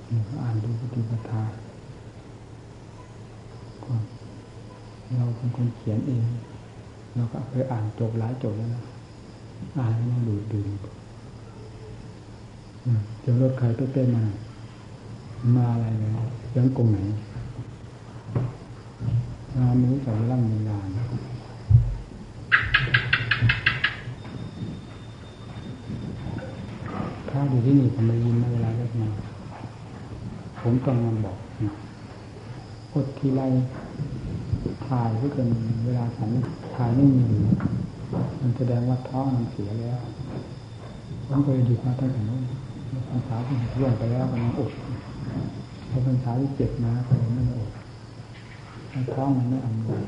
อ่านดูปฏิปทาเราเป็นคนเขียนเองเราก็เคยอ่านจบหลายจบแล้วนะอ่านแล้วดูดูเดี๋ยวรถใครไปเต้นมาอะไรเลยยังกงไหนมาไม่รู้จักร่ำมีลานถ้าอยู่ที่นี่ผมได้ยินเวลาเลิกมาผมต้องมาบอกกดทีไรถ่ายก็เป็นเวลาฉันถ่ายไม่มีมันแสดงว่าท้องมันเสียแล้วผมเคยหยุดมาตั้งแต่นั้นพรรษาที่ล่วงไปแล้วกำลังอดพอพรรษาที่7มาก็ไม่ได้อดท้องมันไม่อำนวย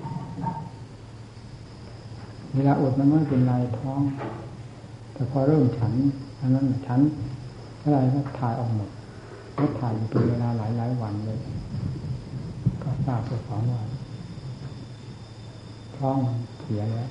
เวลาอดมันไม่เป็นไรท้องแต่พอเริ่มฉันอันนั้นฉันอะไรก็ถ่ายออกหมดก็ถ่ายอยู่เป็นเวลาหลายวันเลยก็ทราบไปฟ้องว่าท้องมันเสียแล้ว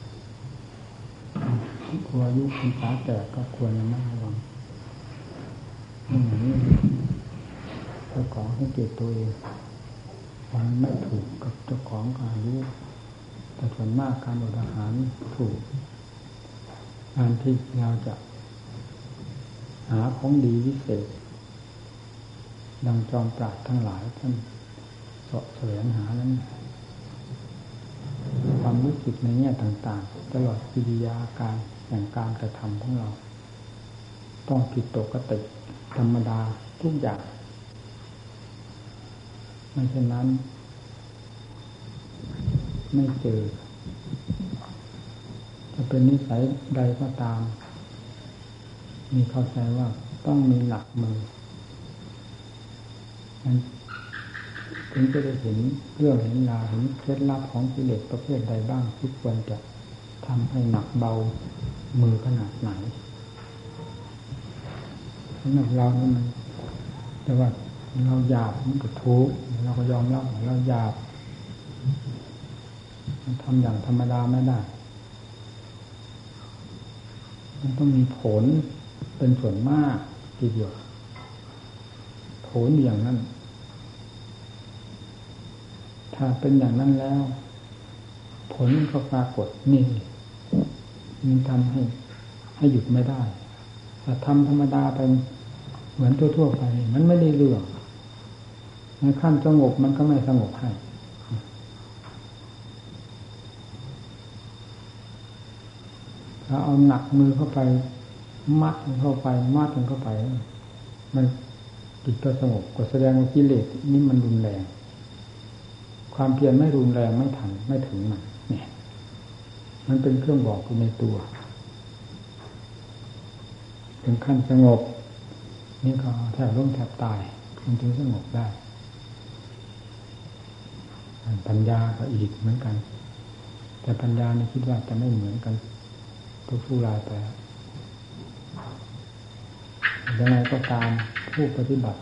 กลัวอายุพรรษาแก่ก็ควรระมัดระวังอย่างนี้เจ้าของสังเกตตัวเองมันไม่ถูกกับเจ้าของอายุแต่ส่วนมากการอดอาหารถูกงานที่เราจะหาของดีวิเศษดังจอมปราชญ์ทั้งหลายท่านเสาะแสวงหานั้นความรู้สึกในแง่ต่างๆตลอดกิริยาการอย่างการกระทำของเราต้องผิดปกติธรรมดาทุกอย่างไม่เช่นนั้นไม่เจอจะเป็นนิสัยใดก็ตามมีเข้าใจว่าต้องมีหลักมือถึงจะได้เห็นเรื่องเห็นราวเห็นเคล็ดลับของกิเลสประเภทใดบ้างที่ควรจะทำให้หนักเบามือขนาดไหนสำหรับเรานี่มันแต่ว่าเราหยาบมันก็ทุกข์เราก็ยอมรับเราหยาบมันทำอย่างธรรมดาไม่ได้มันต้องมีผลเป็นส่วนมากทีเดียวผลอย่างนั้นถ้าเป็นอย่างนั้นแล้วผลก็ปรากฏนี่มันทำให้หยุดไม่ได้แต่ทำธรรมดาไปเหมือนทั่วๆไปมันไม่ได้เรื่องในขั้นสงบมันก็ไม่สงบให้ถ้าเอาหนักมือเข้าไปมัดมันเข้าไปมันจิตก็สงบก็แสดงว่ากิเลสนี่มันรุนแรงความเพียรไม่รุนแรงไม่ทันไม่ถึงมันเนี่ยมันเป็นเครื่องบอกอยู่ในตัวถึงขั้นสงบนี่ก็แทบล้มแทบตายมันถึงสงบได้ปัญญาก็อีกเหมือนกันแต่ปัญญานี่คิดว่าจะไม่เหมือนกันทุกรายไปยังไงก็ตามผู้ปฏิบัติ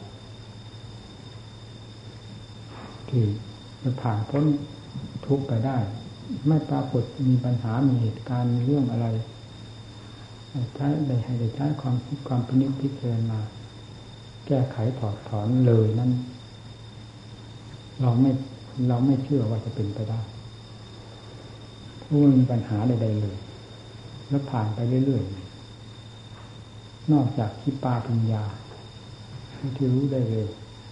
ที่จะผ่านพ้นทุกข์ไปได้ไม่ปรากฏมีปัญหามีเหตุการณ์เรื่องอะไรใช้ได้ให้ได้ใช้ความคิดความพินิจพิจารณาแก้ไขถอดถอนเลยนั่นเราไม่เชื่อว่าจะเป็นไปได้ผู้มีปัญหาใดๆเลยแล้วผ่านไปเรื่อยๆนอกจากขี้ปาปัญญาที่รู้ได้เลย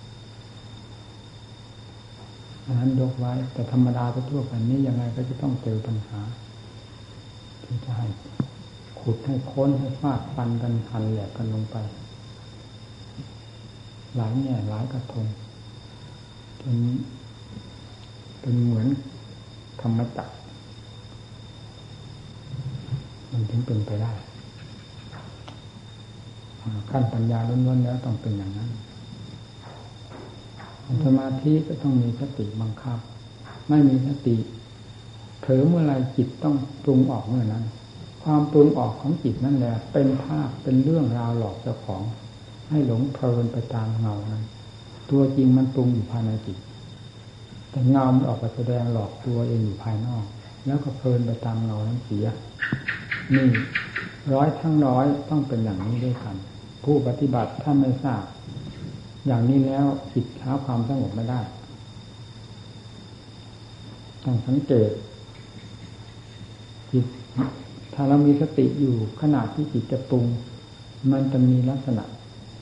อันนั้นยกไว้แต่ธรรมดาทั่วไปนี้ยังไงก็จะต้องเจอปัญหาที่จะให้ขุดให้ค้นให้ฟาดฟันกันหันแหลกกันลงไปหลายแง่หลายกระทงจนเป็นเหมือนธรรมจักรมันถึงเป็นไปได้ขั้นปัญญาล้วนๆแล้วต้องเป็นอย่างนั้นสมาธิก็ต้องมีสติบังคับไม่มีสติเผลอเมื่อไรจิตต้องปรุงออกเมื่อนั้นความปรุงออกของจิตนั่นแหละเป็นภาพเป็นเรื่องราวหลอกเจ้าของให้หลงเพลินไปตามเงานั้นตัวจริงมันปรุงอยู่ภายในจิตแต่เงามันออกมาแสดงหลอกตัวเองอยู่ภายนอกแล้วก็เพลินไปตามเงานั้นเสียนี่100 ทั้ง 100ต้องเป็นอย่างนี้ด้วยกันผู้ปฏิบัติถ้าไม่ทราบอย่างนี้แล้วจิตหาความสงบไม่ได้ต้องสังเกตจิตถ้าเรามีสติอยู่ขณะที่จิตจะปรุงมันจะมีลักษณะ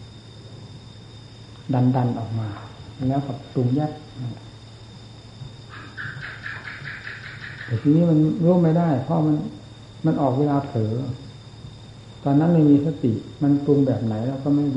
ดันออกมาแล้วกับปรุงแยกแต่ทีนี้มันรู้ไม่ได้เพราะมันออกเวลาเผลอตอนนั้นไม่มีสติมันปรุงแบบไหนเราก็ไม่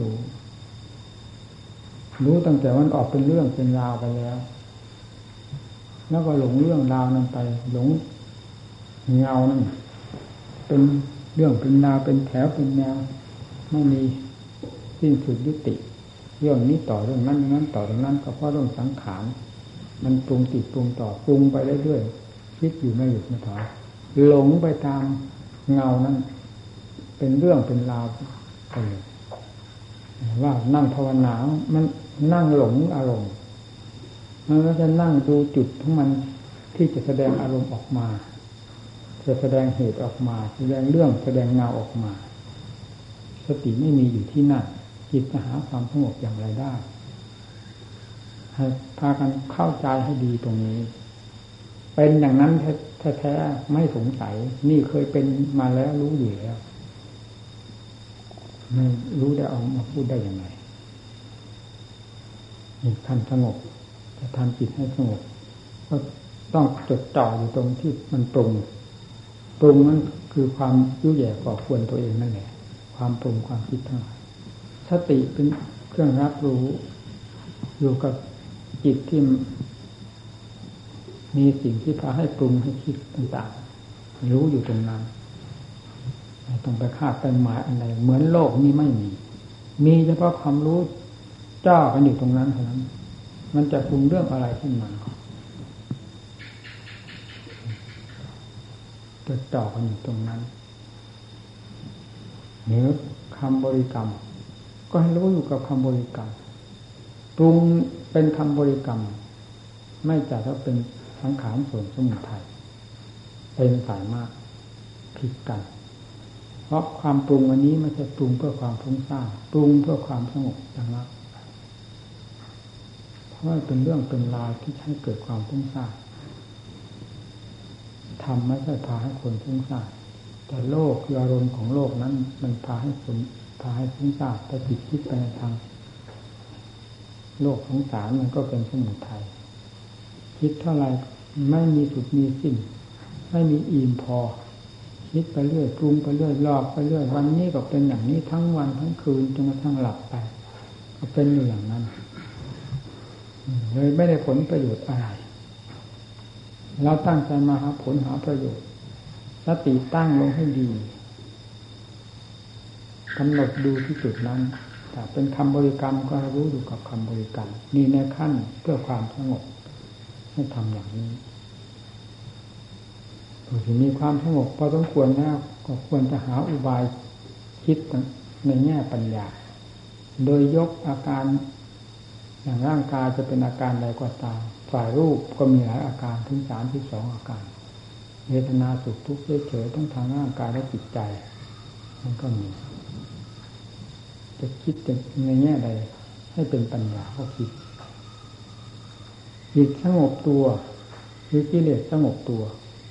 รู้ตั้งแต่มันออกเป็นเรื่องเป็นราวไปแล้วก็หลงเรื่องราวนั้นไปหลงเงานั่นเป็นเรื่องเป็นราวเป็นแถวเป็นแนวไม่มีสิ้นสุดยุติเรื่องนี้ต่อเรื่องนั้นต่อเรื่องนั้นก็เพราะเรื่องสังขารมันปรุงติดปรุงต่อปรุงไปเรื่อยๆคิดอยู่ไม่หยุดไม่ถอยหลงไปตามเงานั้นเป็นเรื่องเป็นราวไปเลยว่านั่งภาวนามันนั่งหลงอารมณ์มันก็จะนั่งดูจุดของมันที่จะแสดงอารมณ์ออกมาจะแสดงเหตุออกมาแสดงเรื่องแสดงเงาออกมาสติไม่มีอยู่ที่นั่นจิตจะหาความสงบอย่างไรได้ให้พากันเข้าใจให้ดีตรงนี้เป็นอย่างนั้นแท้ๆไม่สงสัยนี่เคยเป็นมาแล้วรู้อยู่แล้วไม่รู้ได้เอามาพูดได้อย่างไรนี่ท่านสงบจะทำจิตให้สงบก็ต้องจดจ่ออยู่ตรงที่มันปรุงนั้นคือความยุ่ยแย่ก่อควรตัวเองนั่นแหละความปรุงความคิดทั้งหลายสติเป็นเครื่องรับรู้อยู่กับจิตที่มีสิ่งที่พาให้ปรุงให้คิดต่างๆรู้อยู่ตรงนั้นไม่ต้องไปคาดไปหมายอะไรเหมือนโลกนี้ไม่มีเฉพาะความรู้จ้ากันอยู่ตรงนั้นเท่านั้นมันจะปรุงเรื่องอะไรขึ้นมาจะจ่อกันอยู่ตรงนั้นหรือคำบริกรรมก็ให้รู้อยู่กับคำบริกรรมปรุงเป็นคำบริกรรมไม่จัดว่าเป็นสังขารส่วนสมุทัยเป็นสายมากผิดกันเพราะความปรุงอันนี้ไม่ใช่ปรุงเพื่อความฟุ้งซ่านปรุงเพื่อความสงบอย่างนั้นเพราะว่าเป็นเรื่องเป็นราวที่ให้เกิดความฟุ้งซ่านทำไม่ใช่พาให้คนฟุ้งซ่านแต่โลกคืออารมณ์ของโลกนั้นมันพาให้ฟุ้งซ่านแต่จิตคิดไปในทางโลกของสารมันก็เป็นสมุทัยคิดเท่าไรไม่มีสุดมีสิ้นไม่มีอิ่มพอคิดไปเรื่อยปรุงไปเรื่อยหลอกไปเรื่อยวันนี้ก็เป็นอย่างนี้ทั้งวันทั้งคืนจนกระทั่งหลับไปก็เป็นอยู่อย่างนั้นเลยไม่ได้ผลประโยชน์อะไรเราตั้งใจมาหาผลหาประโยชน์สติตั้งลงให้ดีกำหนดดูที่จุดนั้นแต่เป็นคำบริกรรมก็รู้อยู่กับคำบริกรรมนี่ในขั้นเพื่อความสงบให้ทำอย่างนี้ถึงมีความสงบพอสมควรแล้วก็ควรจะหาอุบายคิดในแง่ปัญญาโดยยกอาการอย่างร่างกายจะเป็นอาการใดก็ตามฝ่ายรูปก็มีหลายอาการถึง32อาการเวทนาสุขทุกข์เฉยๆทั้งทางร่างกายและจิตใจมันก็มีจะคิดในแง่ใดให้เป็นปัญญาก็คิดจิตสงบตัวหรือกิเลสสงบตัว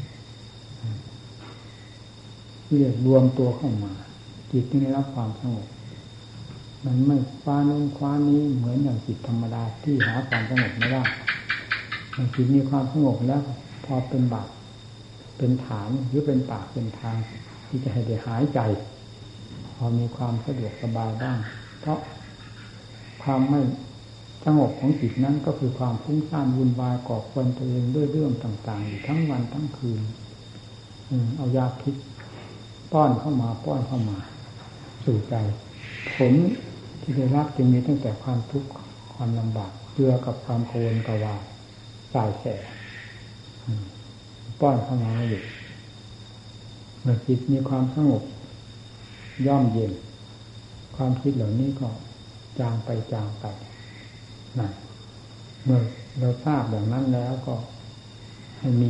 กิเลสรวมตัวเข้ามาจิตที่ได้รับความสงบมันไม่คว้านู้นคว้านี้เหมือนอย่างจิตธรรมดาที่หาความสงบไม่ได้จิตมีความสงบแล้วพอเป็นบาตเป็นฐานหรือเป็นปากเป็นทางที่จะให้ได้หายใจพอมีความสะดวกสบายบ้างเพราะความไม่สงบของจิตนั้นก็คือความฟุ้งซ่านวุ่นวายก่อควรตัวเองด้วยเรื่องต่างๆอยู่ทั้งวันทั้งคืนเอายาพิษป้อนเข้ามาสู่ใจผลที่ได้รับจึงมีตั้งแต่ความทุกข์ความลำบากเจือกับความโกรธกวาดสายแสป้อนเข้ามาอยู่เมื่อจิตมีความสงบย่อมเย็นความคิดเหล่านี้ก็จางไปนั่นเมื่อเราทราบอย่างนั้นแล้วก็ให้มี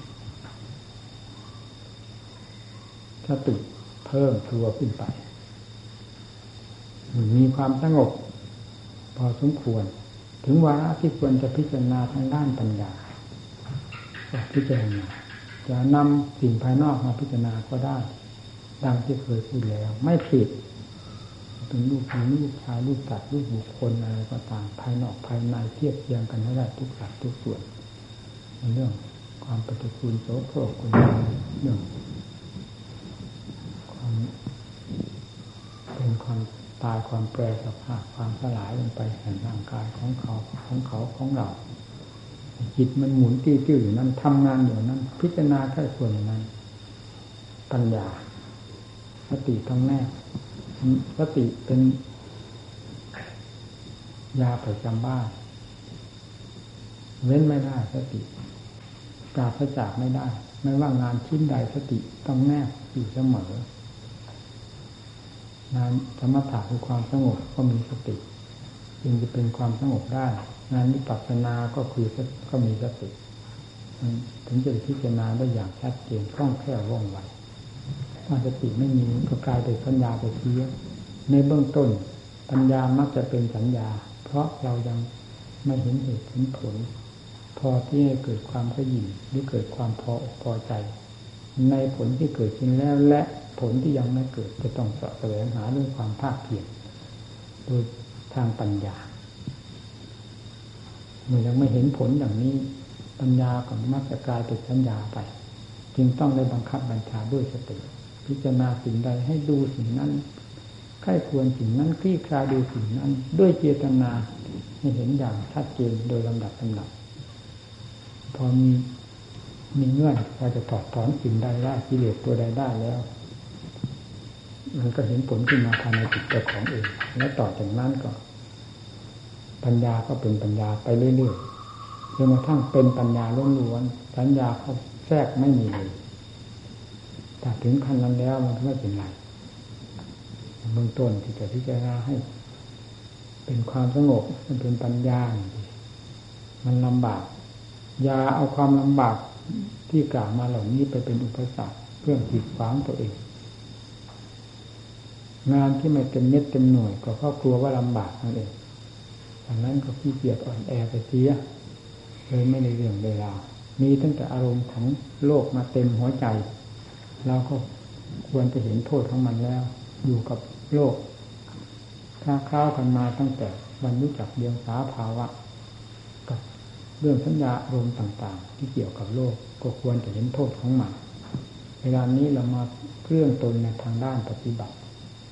สติเพิ่มตัวขึ้นไปมีความสงบพอสมควรถึงวาระที่ควรจะพิจารณาทางด้านปัญญาพิจารณาจะนำสิ่งภายนอกมาพิจารณาก็ได้ดังที่เคยพูดแล้วไม่ผิดเป็นรูปหญิงรูปชายรูปสัตว์รูปบุคคลอะไรก็ตามภายนอกภายในเทียบเทียงกันให้ได้ทุกสัดทุกส่วนในเรื่องความปฏิกูลโสโครกคุณเรื่องความเป็นความตายความแปรสภาพความสลายลงไปแห่งร่างกายของเขาของเราจิตมันหมุนติ้วๆอยู่นั้นทำงานอยู่นั้นพิจารณาแค่ส่วนนั้นปัญญาสติต้องแน่สติเป็นยาประจำบ้านเว้นไม่ได้สติปราศจากไม่ได้ไม่ว่างานชิ้นใดสติต้องแนบอยู่เสมองานสมถะคือความสงบก็มีสติจึงจะเป็นความสงบได้งานวิปัสสนาก็คือก็มีสติถึงจะพิจารณาได้อย่างชัดเจนคล่องแคล่วว่องไวถ้าสติไม่มีก็กลายเป็นสัญญาไปเสียในเบื้องต้นปัญญามักจะเป็นสัญญาเพราะเรายังไม่เห็นเหตุเห็นผลพอที่ให้เกิดความขยินหรือเกิดความพอใจในผลที่เกิดขึ้นแล้วและผลที่ยังไม่เกิดจะต้องแสวงหาด้วยความภาคเพียรโดยทางปัญญาเมื่อยังไม่เห็นผลอย่างนี้ปัญญาก็มักจะกลายเป็นสัญญาไปจึงต้องได้บังคับบัญชาด้วยสติพิจารณาสิ่งใดให้ดูสิ่งนั้นใคร่ควรสิ่งนั้นคลี่คลายดูสิ่งนั้นด้วยเจตนาให้เห็นอย่างชัดเจนโดยลำดับพอมีเงื่อนพอจะถอดถอนสิ่งใดได้กิเลสตัวใดได้แล้วมันก็เห็นผลขึ้นมาภายในจิตใจของเองและต่อจากนั้นก็ปัญญาก็เป็นปัญญาไปเรื่อยๆจนกระทั่งเป็นปัญญาล้วนๆสัญญาเขาแทรกไม่มีเลยแต่ถึงขั้นนั้นแล้วมันก็ไม่เป็นไรเบื้องต้นที่จะพิจารณาให้เป็นความสงบมันเป็นปัญญามันลำบากอย่าเอาความลำบากที่กล่าวมาเหล่านี้ไปเป็นอุปสรรคเพื่อกีดขวางตัวเองงานที่ไม่เต็มเม็ดเต็มหน่วยก็เพราะกลัวว่าลำบากนั่นเองดังนั้นก็ขี้เกียจอ่อนแอไปเสียเลยไม่ได้เรื่องเวลามีตั้งแต่อารมณ์ของโลกมาเต็มหัวใจเราก็ควรจะเห็นโทษของมันแล้วอยู่กับโลกคล้าวกันมาตั้งแต่วันรู้จักเดียงสาภาวะกับเรื่องสัญญาอารมณ์ต่างๆที่เกี่ยวกับโลกก็ควรจะเห็นโทษของมันเวลานี้เรามาเครื่องตนในทางด้านปฏิบัติ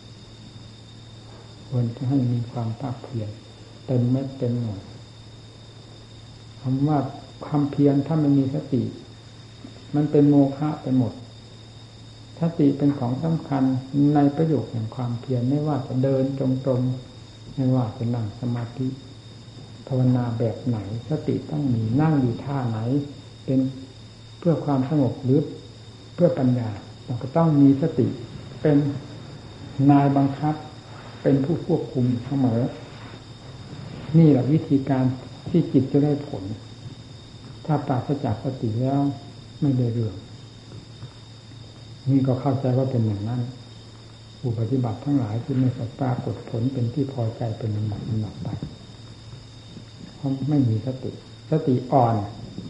ควรจะให้มีความภาคเพียรเต็มเม็ดเต็มหน่วยคำว่าความเพียรถ้าไม่มีสติมันเป็นโมฆะไปหมดสติเป็นของสำคัญในประโยชน์แห่งความเพียรไม่ว่าจะเดินจงกรมไม่ว่าจะนั่งสมาธิภาวนาแบบไหนสติต้องมีนั่งอยู่ท่าไหนเป็นเพื่อความสงบหรือเพื่อปัญญาเราก็ต้องมีสติเป็นนายบังคับเป็นผู้ควบคุมเสมอนี่แหละวิธีการที่จิตจะได้ผลถ้าปราศจากสติแล้วไม่ได้เรื่องนี่ก็เข้าใจว่าเป็นอย่างนั้นผู้ปฏิบัติทั้งหลายที่ไม่ปรากฏผลเป็นที่พอใจเป็นลำดับไปเพราะไม่มีสติอ่อน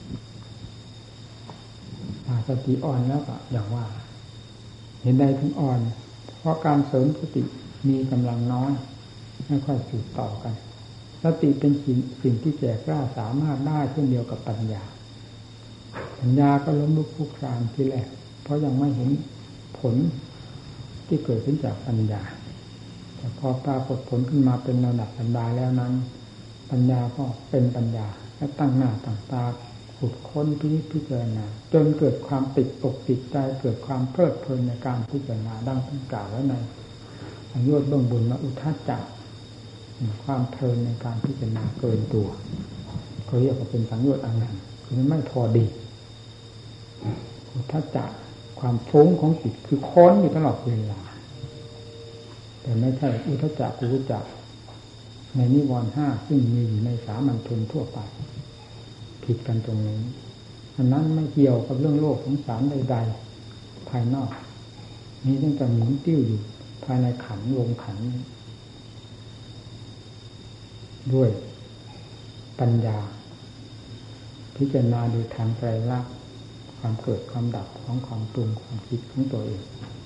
สติอ่อนแล้วก็อย่างว่าเห็นใดถึงอ่อนเพราะการเสริมสติมีกำลังน้อยไม่ค่อยสืบต่อกันสติเป็นสิ่งที่แก่กล้าสามารถได้เช่นเดียวกับปัญญาปัญญาก็ล้มลุกคลุกคลานทีแรกเพราะยังไม่เห็นผลที่เกิดขึ้นจากปัญญาแต่พอปรากฏผลขึ้นมาเป็นระดับปัญญาแล้วนั้นปัญญาก็เป็นปัญญาและตั้งหน้าตั้งตาขุดค้นพิจารณาจนเกิดความติดอกติดใจเกิดความเพลิดเพลินในการพิจารณาดังที่กล่าวไว้ในสังโยชน์เบื้องบนว่าอุทธัจจะความเพลินในการพิจารณาเกินตัวเขาเรียกว่าเป็นสังโยชน์อันนั้นคือมันไม่พอดีอุทธัจจะความฟุ้งของจิตคือค้นอยู่ตลอดเวลาแต่ไม่ใช่อุทธัจจะกุกุจจะในนิวรณ์ห้าซึ่งมีอยู่ในสามัญชนทั่วไปผิดกันตรงนี้อันนั้นไม่เกี่ยวกับเรื่องโลกสงสารใดๆภายนอกนี้ตั้งแต่หมุนติ้วอยู่ภายในขันธ์วงขันธ์ด้วยปัญญาพิจารณาดูทางไตรลักษณ์ความเกิดความดับของความปรุงความคิดของตัวเอง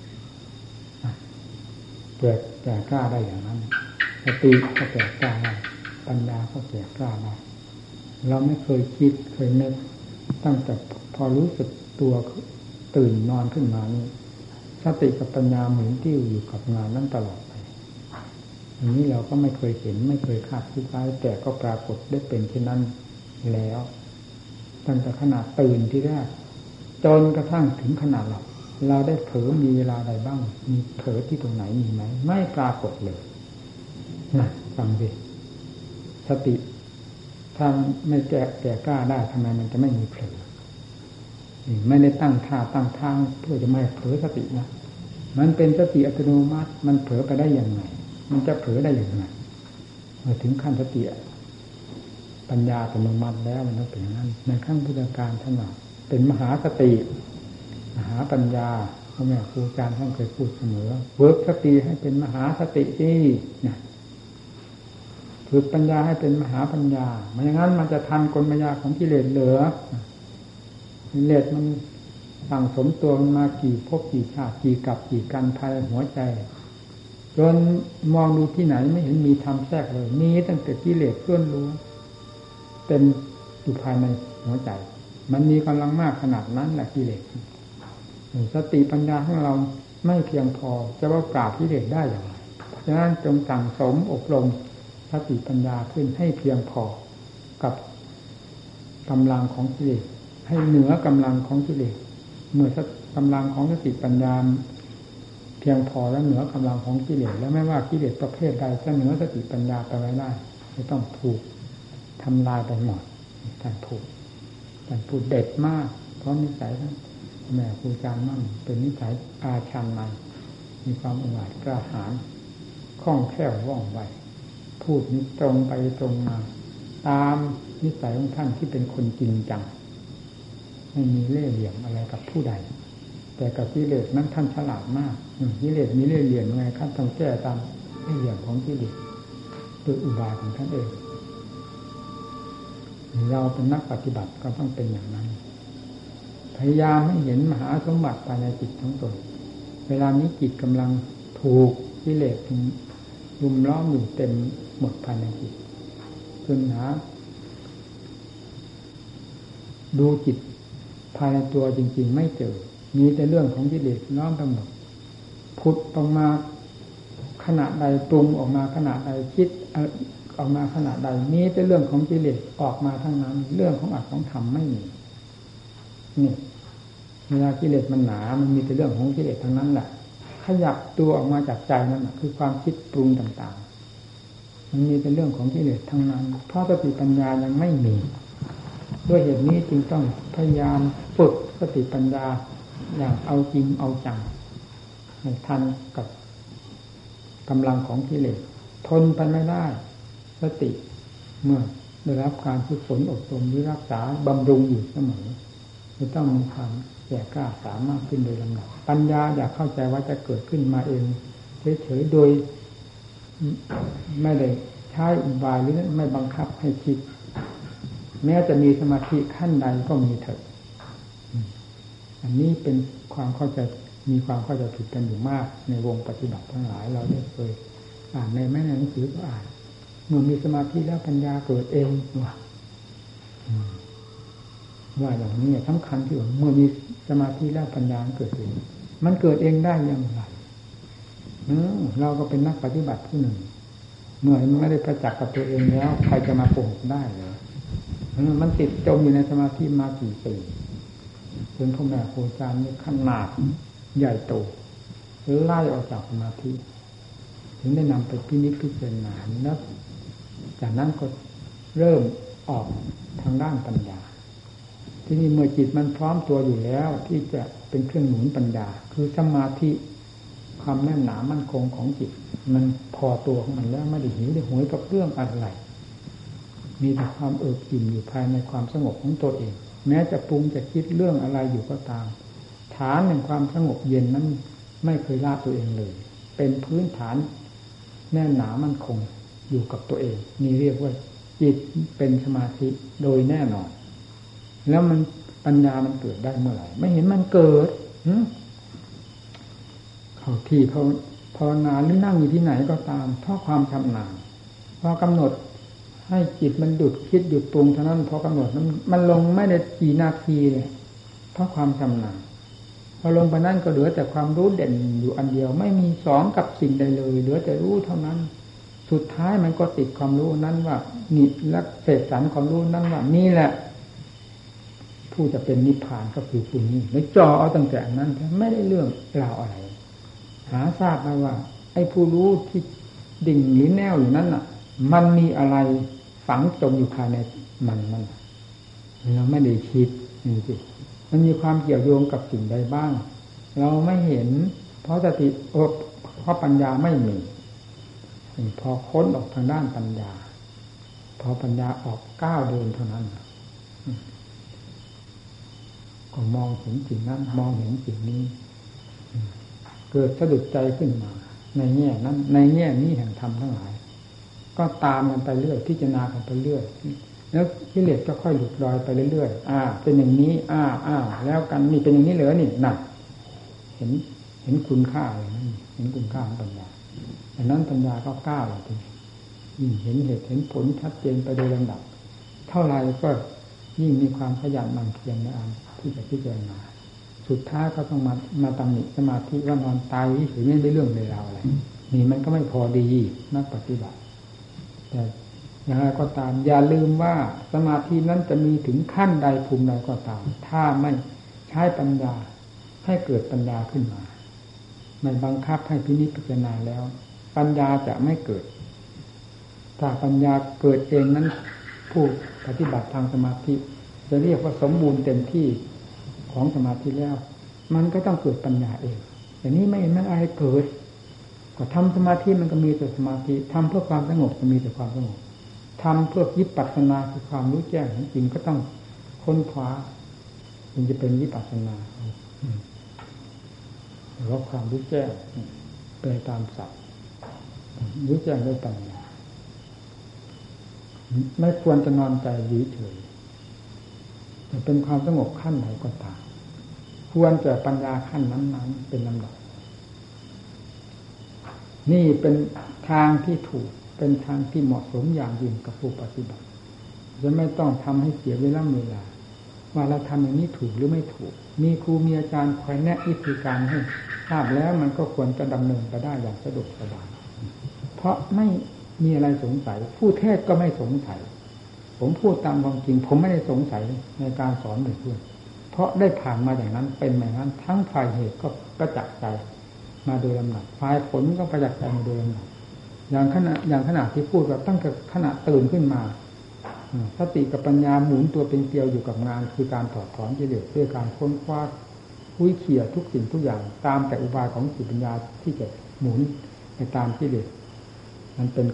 เกิดแก่กล้าได้อย่างนั้นสติก็แก่กล้าได้ปัญญาก็แก่กล้าได้เราไม่เคยคิดเคยนึกตั้งแต่พอรู้สึกตัวตื่นนอนขึ้นมานี่สติกับปัญญาหมุนติ้วอยู่กับงานนั้นตลอดไปอันนี้เราก็ไม่เคยเห็นไม่เคยคาดคิดไว้แต่ก็ปรากฏได้เป็นเช่นนั้นแล้วตั้งแต่ขนาดตื่นที่แรกจนกระทั่งถึงขนาดหลับเราได้เผลอมีเวลาใดบ้างมีเผลอที่ตรงไหนมีไหมไม่ปรากฏเลยนะฟังดิสติถ้าไม่แก่กล้าได้ทำไมมันจะไม่มีเผลอไม่ได้ตั้งท่าตั้งทางเพื่อจะไม่เผลอสตินะมันเป็นสติอัตโนมัติมันเผลอไปได้อย่างไรมันจะเผลอได้อย่างไรเมื่อถึงขั้นสติปัญญาอัตโนมัติแล้วมันต้องเป็นอย่างนั้นในขั้นพุทธการท่านว่าเป็นมหาสติมหาปัญญาพ่อแม่ครูอาจารย์ท่านเคยพูดเสมอเวิร์กสติให้เป็นมหาสติที่นะฝึกปัญญาให้เป็นมหาปัญญาไม่อย่างนั้นมันจะทันกลมายาของกิเลสเหลือกิเลสมันสั่งสมตัวมันมากี่ภพกี่ชาติกี่กับกี่กันภายในหัวใจจนมองดูที่ไหนไม่เห็นมีธรรมแทรกเลยมีตั้งแต่กิเลสล้วนรู้เป็นอยู่ภายในหัวใจมันมีกำลังมากขนาดนั้นแหละกิเลสสติปัญญาของเราไม่เพียงพอจะว่าปราบกิเลสได้อย่างไรฉะนั้นจงสั่งสมอบรมสติปัญญาขึ้นให้เพียงพอกับกำลังของกิเลสให้เหนือกำลังของกิเลสเมื่อกำลังของสติปัญญาเพียงพอและเหนือกำลังของกิเลสแล้วไม่ว่ากิเลสประเภทใดจะเหนือสติปัญญาไปไว้ได้จะต้องถูกทำลายไปหมดท่านพูดเด็ดมากเพราะนิสัยท่านแม่ครูอาจารย์มั่นเป็นนิสัยอาชันมันมีความอดทนกล้าหาญคล่องแคล่วว่องไวพูดนี้ตรงไปตรงมาตามนิสัยของท่านที่เป็นคนจริงจังไม่มีเล่ห์เหลี่ยมอะไรกับผู้ใดแต่กับกิเลสนั้นท่านฉลาดมากกิเลสมีเล่ห์เหลี่ยมยังไงท่านต้องแก้ตามเล่ห์เหลี่ยมของกิเลสโดยอุบายของท่านเองเราเป็นนักปฏิบัติก็ต้องเป็นอย่างนั้นพยายามให้เห็นมหาสมบัติภายในจิตของตนเวลานี้จิตกำลังถูกกิเลสรุมล้อมอยู่เต็มหมดภายในจิตจนหาดูจิตภายในตัวจริงๆไม่เจอมีแต่เรื่องของกิเลสล้อมทั้งหมดพุทธออกมาขณะใดปรุงออกมาขณะใดคิดออกมาขณะใดมีแต่เรื่องของกิเลสออกมาทั้งนั้นเรื่องของอัตของธรรมไม่มีนี่เวลากิเลสมันหนามันมีแต่เรื่องของกิเลสทั้งนั้นแหละขยับตัวออกมาจากใจนั่นคือความคิดปรุงต่างๆมันมีแต่เรื่องของกิเลสทั้งนั้นเพราะสติปัญญายังไม่มีด้วยเหตุนี้จึงต้องพยายามฝึกสติปัญญาอย่างเอาจริงเอาจังให้ทันกับกำลังของกิเลสทนไปไม่ได้สติเมื่อได้รับการฝึกฝนอบรมหรือรักษาบำรุงอยู่เสมอจะต้องมีความแก่กล้าสามารถขึ้นโดยลำดับปัญญาอยากเข้าใจว่าจะเกิดขึ้นมาเองเฉยๆโดยไม่ได้ใช้อุบายหรือไม่บังคับให้คิดแม้จะมีสมาธิขั้นใดก็มีเถิดอันนี้เป็นความเข้าใจมีความเข้าใจผิดกันอยู่มากในวงปฏิบัติทั้งหลายเราได้เคยอ่านในแม่หนังสือก็อ่านเมื่อมีสมาธิแล้วปัญญาเกิดเองว่าอย่างนี้สำคัญที่ว่าเมื่อมีสมาธิแล้วปัญญาเกิดเองมันเกิดเองได้อย่างไรเราก็เป็นนักปฏิบัติผู้หนึ่งเมื่อมันไม่ได้ประจักษ์กับตัวเองแล้วใครจะมาโกหกได้เลยมันติดจมอยู่ในสมาธิมากี่ปีจนพ่อแม่ครูอาจารย์นี่ขนาดใหญ่โตไล่ออกจากสมาธิถึงได้นำไปพินิจพิจารณาแล้วจากนั้นก็เริ่มออกทางด้านปัญญาที่นี่เมื่อจิตมันพร้อมตัวอยู่แล้วที่จะเป็นเครื่องหนุนปัญญาคือสมาธิความแน่นหนามั่นคงของจิตมันพอตัวของมันแล้วไม่ได้หิวได้โหยกับเรื่องอะไรมีแต่ความเอิบอิ่มอยู่ภายในความสงบของตัวเองแม้จะปรุงจะคิดเรื่องอะไรอยู่ก็ตามฐานแห่งความสงบเย็นนั้นไม่เคยละตัวเองเลยเป็นพื้นฐานแน่นหนามั่นคงอยู่กับตัวเองนี่เรียกว่าจิตเป็นสมาธิโดยแน่นอนแล้วมันปัญญามันเกิดได้เมื่อไหร่ไม่เห็นมันเกิดเข้าที่เขาภาวนาหรือนั่งอยู่ที่ไหนก็ตามเพราะความชำนาญพอกำหนดให้จิตมันหยุดคิดหยุดปรุงเท่านั้นพอกำหนดนั้นมันลงไม่ได้กี่นาทีเลยเพราะความชำนาญพอลงไปนั่นก็เหลือแต่ความรู้เด่นอยู่อันเดียวไม่มีสองกับสิ่งใดเลยเหลือแต่รู้เท่านั้นสุดท้ายมันก็ติดความรู้นั้นว่านิและเศษสันความรู้นั้นว่านี่แหละผู้จะเป็นนิพพานก็คือผู้นี้แล้วจ่อเอาตั้งแต่นั้นไม่ได้เรื่องราวอะไรหาทราบมาว่าไอ้ผู้รู้ที่ดิ่งหรือแนวอยู่นั้นน่ะมันมีอะไรฝังจมอยู่ภายในมันเราไม่ได้คิดนี่สิมันมีความเกี่ยวโยงกับสิ่งใดบ้างเราไม่เห็นเพราะสติเพราะปัญญาไม่มีพอค้นออกทางด้านปัญญาพอปัญญาออกก้าวเดินเท่านั้นก็มองเห็นสิ่งนั้นมองเห็นสิ่งนี้เกิดสะดุดใจขึ้นมาในแง่นั้นในแง่นี้แห่งธรรมทั้งหลายก็ตามมันไปเรื่อยพิจารณากันไปเรื่อยแล้วกิเลสก็ค่อยหลุดลอยไปเรื่อยๆเป็นอย่างนี้แล้วกันนี่เป็นอย่างนี้เหรอนี่นั่นเห็นคุณค่าอะไรนั่นเห็นคุณค่าของปัญญาดังนั้นปัญญาก็ก้าวไปยิ่งเห็นเหตุเห็นผลชัดเจนไปโดยลำดับเท่าไรก็ยิ่งมีความขยันหมั่นเพียรในอันที่จะพิจารณาสุดท้ายก็ต้องมาตำหนิสมาธิว่านอนตายหรือไม่ได้เรื่องในราวอะไรนี่มันก็ไม่พอดีนักปฏิบัติแต่อย่างไรก็ตามอย่าลืมว่าสมาธินั้นจะมีถึงขั้นใดภูมิใดก็ตามถ้าไม่ใช้ปัญญาให้เกิดปัญญาขึ้นมาไม่บังคับให้พินิจพิจารณาแล้วปัญญาจะไม่เกิดถ้าปัญญาเกิดเองนั้นผู้ปฏิบัติทางสมาธิจะเรียกว่าสมบูรณ์เต็มที่ของสมาธิแล้วมันก็ต้องเกิดปัญญาเองแต่นี้ไม่อะไรเกิดก็ทำสมาธิมันก็มีแต่สมาธิทำเพื่อความสงบก็มีแต่ความสงบทำเพื่อวิปัสสนาคือความรู้แจ้งจริงก็ต้องค้นคว้ามันจะเป็นวิปัสสนาหรือว่าความรู้แจ้งไปตามศัพท์รู้แจ้งด้วยปัญญาไม่ควรจะนอนใจเฉยจะเป็นความสงบขั้นไหนก็ตามควรจะปัญญาขั้นนั้นๆเป็นลำดับนี่เป็นทางที่ถูกเป็นทางที่เหมาะสมอย่างยิ่งกับผู้ปฏิบัติจะไม่ต้องทำให้เสียเวลาว่าเราทำอย่างนี้ถูกหรือไม่ถูกมีครูมีอาจารย์คอยแนะวิธีการให้ทราบแล้วมันก็ควรจะดำเนินไปได้อย่างสะดวกสบายเพราะไม่มีอะไรสงสัยผู้เทศก็ไม่สงสัยผมพูดตามความจริงผมไม่ได้สงสัยในการสอนเพื่อนเพราะได้ผ่านมาอย่างนั้นเป็นอย่างนั้นทั้งฝ่ายเหตุก็ประจักษ์ใจมาโดยลำดับฝ่ายผลก็ประจักษ์ใจมาโดยลำดับอย่างขณะที่พูดแบบตั้งแต่ขณะตื่นขึ้นมาสติกับปัญญาหมุนตัวเป็นเกลียวอยู่กับงานคือการถอดถอนกิเลสด้วยการค้นคว้าคุยเขี่ยทุกสิ่งทุกอย่างตามแต่อุบายของจิตปัญญาที่จะหมุนไปตามกิเลสมันเป็น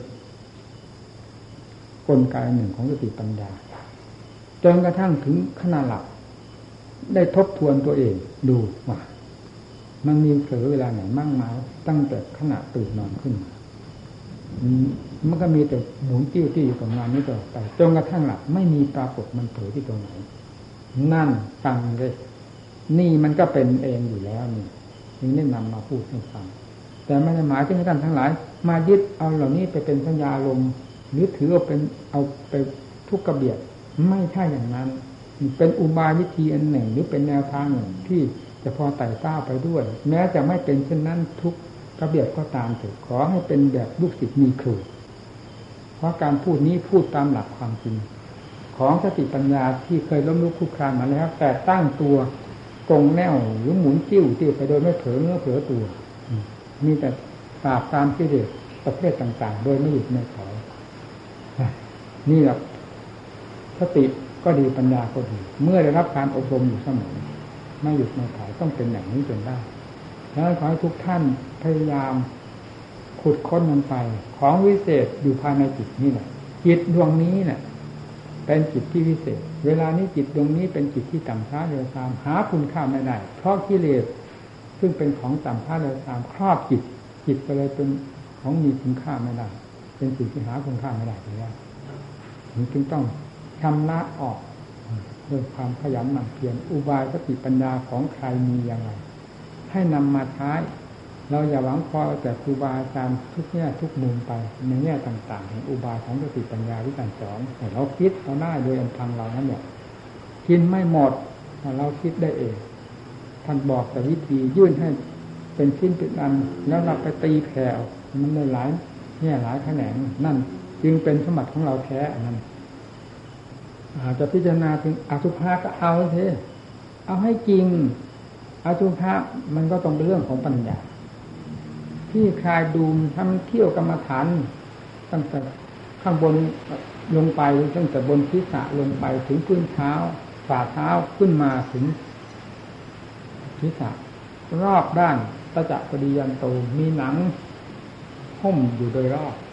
กลไกหนึ่งของสติปัญญาจนกระทั่งถึงขณะหลับได้ทบทวนตัวเองดูว่ามันมีเผลอเวลาไหนมั่งไหมตั้งแต่ขณะตื่นนอนขึ้นมามันก็มีแต่หมุนติ้วที่อยู่กับงานนี้ต่อไปจนกระทั่งหลับไม่มีปรากฏมันเผลอที่ตรงไหนนั่นฟังเลยนี่มันก็เป็นเองอยู่แล้วนี่จึงได้นำมาพูดให้ฟังแต่ไม่ได้หมายถึงให้ท่านทั้งหลายมายึดเอาเหล่านี้ไปเป็นสัญญาลมหรือถือเอาไปทุกกระเบียดไม่ใช่อย่างนั้นเป็นอุบายวิธีอันหนึ่งหรือเป็นแนวทางหนึ่งที่จะพอไต่เต้าไปด้วยแม้จะไม่เป็นเช่นนั้นทุกระเบียดก็ตามเถิดขอให้เป็นแบบลูกศิษย์มีครูเพราะการพูดนี้พูดตามหลักความจริงของสติปัญญาที่เคยล้มลุกคลุกคลานมาแล้วแต่ตั้งตัวกงแนวหรือหมุนติ้วไปโดยไม่เผลอเนื้อเผลอตัวมีแต่ปราบตามกิเลสประเภทต่างๆโดยไม่หยุดไม่ถอยนี่แหละสติก็ดีปัญญาก็ดีเมื่อได้รับการอบรมอยู่เสมอไม่หยุดไม่ถอยต้องเป็นอย่างนี้จนได้แล้วขอให้ทุกท่านพยายามขุดค้นมันไปของวิเศษอยู่ภายในจิตนี่แหละจิตดวงนี้เนี่ยเป็นจิตที่วิเศษเวลานี้จิตดวงนี้เป็นจิตที่ต่ำช้าเร็วตามหาคุณค่าไม่ได้เพราะกิเลสซึ่งเป็นของต่ำช้าเร็วตามครอบจิตไปเลยเป็นของมีคุณค่าไม่ได้เป็นสิ่งที่หาคุณค่าไม่ได้เลยว่ามันจึงต้องชำระออกด้วยความขยันหมั่นเพียรอุบายสติปัญญาของใครมีอย่างไรให้นำมาใช้เราอย่าหวังพอแต่ครูบาอาจารย์ทุกแง่ทุกมุมไปในแง่ต่างๆของอุบายของสติปัญญาที่ท่านสอนแต่เราคิดเราได้โดยลำพังเรานั้นเนี่ยกินไม่หมดเราคิดได้เองท่านบอกแต่วิธียื่นให้เป็นชิ้นเป็นอันแล้วเราไปตีแผ่มันได้หลายแง่หลายแขนงนั่นจึงเป็นสมบัติของเราแท้อันนั้นอาจจะพิจารณาถึงอสุภะก็เอาเถอะเอาให้จริงอสุภะมันก็ต้องเป็นเรื่องของปัญญาที่คลายดูมทำเที่ยวกรรมฐานตั้งแต่ข้างบนลงไปตั้งแต่บนศีรษะลงไปถึงพื้นเท้าฝ่าเท้าขึ้นมาถึงศีรษะรอบด้านตะจักปฏิยันโตมีหนังหุ้มอยู่โดยรอบ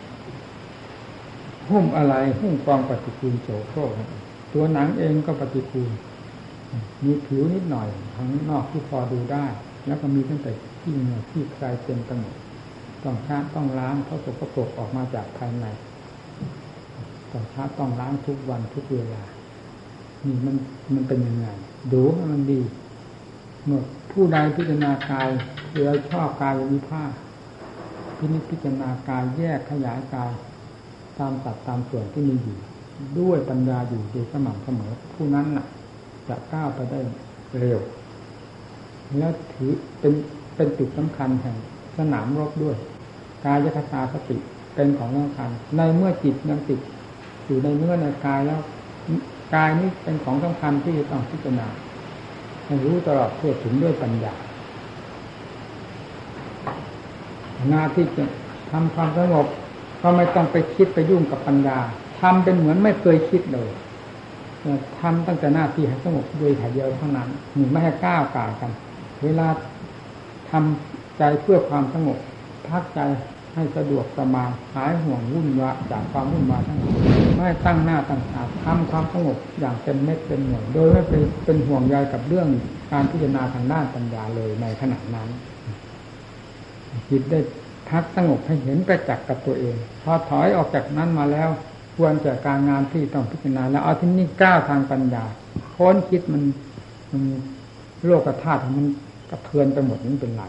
หุ้มอะไรหุ้มกองปฏิกูลโสโครกตัวหนังเองก็ปฏิกูลมีผิวนิดหน่อยข้างนอกที่พอดูได้แล้วก็มีตั้งแต่ที่เหงื่อที่คลายเต็มไปหมดต้องชาต้องล้างเพราะสกปรกออกมาจากภายในต้องชาต้องล้างทุกวันทุกเวลานี่มันเป็นยังไงดูให้มันดีเมื่อผู้ใดพิจารณากายหรือชอบกายวิภาคพิจารณากายแยกขยายกายตามสัดตามส่วนที่มีอยู่ด้วยปัญญาอยู่โดยสม่ำเสมอผู้นั้นน่ะจะก้าวไปได้เร็วและถือเป็นจุดสำคัญแห่งสนามรบด้วยกายคตาสติเป็นของสำคัญในเมื่อจิตยังติดอยู่ในเนื้อในกายแล้วกายนี้เป็นของสำคัญที่จะต้องพิจารณาให้รู้ตลอดทั่วถึงด้วยปัญญาหน้าที่จะทำความสงบก็ไม่ต้องไปคิดไปยุ่งกับปัญญาทำเป็นเหมือนไม่เคยคิดเลยทำตั้งแต่หน้าที่ให้สงบโดยถ่ายเดียวเท่านั้นไม่ให้ก้าวก่ายกันเวลาทำใจเพื่อความสงบพักใจให้สะดวกสบายหายห่วงวุ่นวายจากความวุ่นวายทั้งหมดไม่ตั้งหน้าตั้งตาทำความสงบอย่างเต็มเม็ดเต็มหน่วยโดยไม่เป็นห่วงใยกับเรื่องการพิจารณาทางด้านปัญญาเลยในขณะนั้นจิตได้พักสงบให้เห็นประจักษ์กับตัวเองพอถอยออกจากนั้นมาแล้วควรจะการงานที่ต้องพิจารณาแล้วเอาที่นี่ก้าวทางปัญญาค้นคิดมันโลกธาตุมันกระเทือนไปหมดนั้นเป็นไร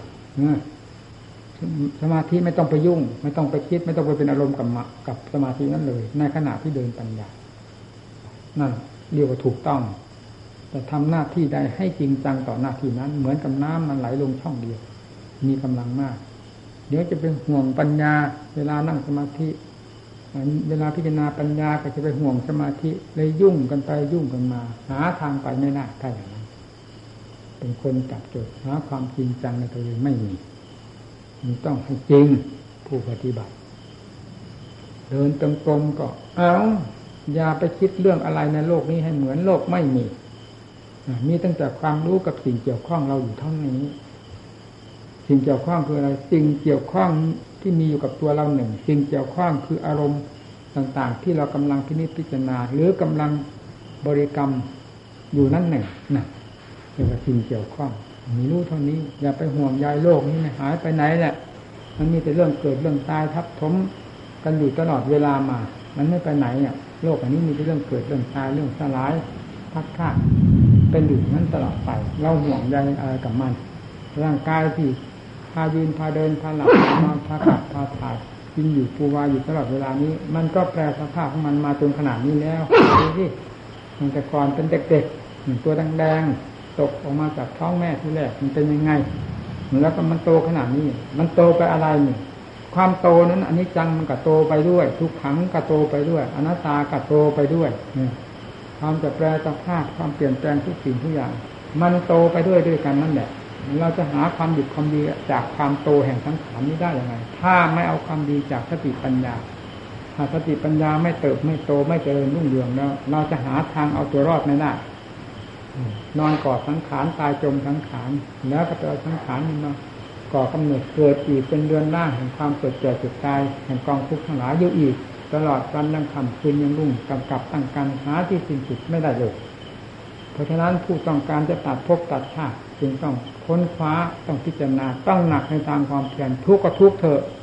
สมาธิไม่ต้องไปยุ่งไม่ต้องไปคิดไม่ต้องไปเป็นอารมณ์กับสมาธินั้นเลยในขณะที่เดินปัญญานั่นเรียกว่าถูกต้องแต่ทำหน้าที่ใดให้จริงจังต่อหน้าที่นั้นเหมือนกับน้ำมันไหลลงช่องเดียวมีกำลังมากเดี๋ยวจะเป็นห่วงปัญญาเวลานั่งสมาธิเวลาพิจารณาปัญญาก็จะไปห่วงสมาธิเลยยุ่งกันไปยุ่งกันมาหาทางไปไม่ได้ถ้าอย่างนั้นเป็นคนจับจุดหาความจริงจังในตัวเองไม่มีมันต้องให้จริงผู้ปฏิบัติเดินจงกรมก็อย่าไปคิดเรื่องอะไรในโลกนี้ให้เหมือนโลกไม่มีตั้งแต่ความรู้กับสิ่งเกี่ยวข้องเราอยู่เท่านี้สิ่งเกี่ยวข้องคืออะไรสิ่งเกี่ยวข้องที่มีอยู่กับตัวเราหนึ่งสิ่งเกี่ยวข้องคืออารมณ์ต่างๆที่เรากำลังพิจารณาหรือกำลังบริกรรมอยู่นั่นหนึ่งนะเรียกว่าสิ่งเกี่ยวข้องมีรู้เท่านี้อย่าไปห่วงใยโลกนี้ไม่หายไปไหนแหละมันมีแต่เรื่องเกิดเรื่องตายทับถมกันอยู่ตลอดเวลามามันไม่ไปไหนเนี่ยโลกอันนี้มีแต่เรื่องเกิดเรื่องตายเรื่องสลายพักข้าเป็นอยู่นั้นตลอดไปเราห่วงใยอะไรกับมันร่างกายที่พายืนพาเดินพาหลับนอนพาขับพาถ่ายกินอยู่ปูวาอยู่ตลอดเวลานี้มันก็แปลสภาพของมันมาจนขนาดนี้แล้วดูสิมันแต่ก่อนเป็นเด็กๆตัวแดงๆตกออกมาจากท้องแม่ที่แรกมันเป็นยังไงแล้วก็มันโตขนาดนี้มันโตไปอะไรนี่ความโตนั้นอันนี้จังมันก็โตไปด้วยทุกขังก็โตไปด้วยอนัตตาก็โตไปด้วยความจะแปลสภาพความเปลี่ยนแปลงทุกสิ่งทุกอย่างมันโตไปด้วยกันนั่นแหละเราจะหาความดีความดีจากความโตแห่งสังขารนี้ได้ยังไงถ้าไม่เอาความดีจากสติปัญญาถ้าสติปัญญาไม่เติบไม่โตไม่เจริญรุ่งเรืองแล้วเราจะหาทางเอาตัวรอดไม่ได้นอนกอดสังขารตายจมสังขารแล้วก็เอาสังขารนี่มาก่อกำเนิดเกิดอีกเป็นเรือนร่างแห่งความเกิดแก่เจ็บตายแห่งกองทุกข์ทั้งหลายอยู่อีกตลอดวันยังค่ำคืนยังรุ่งกำกับตั้งกันหาที่สิ้นสุดไม่ได้เลยเพราะฉะนั้นผู้ต้องการจะตัดภพตัดชาติจึงต้องค้นคว้าต้องพิจารณาต้องหนักในทางความเพียรทุกข์ก็ทุกข์เถอะ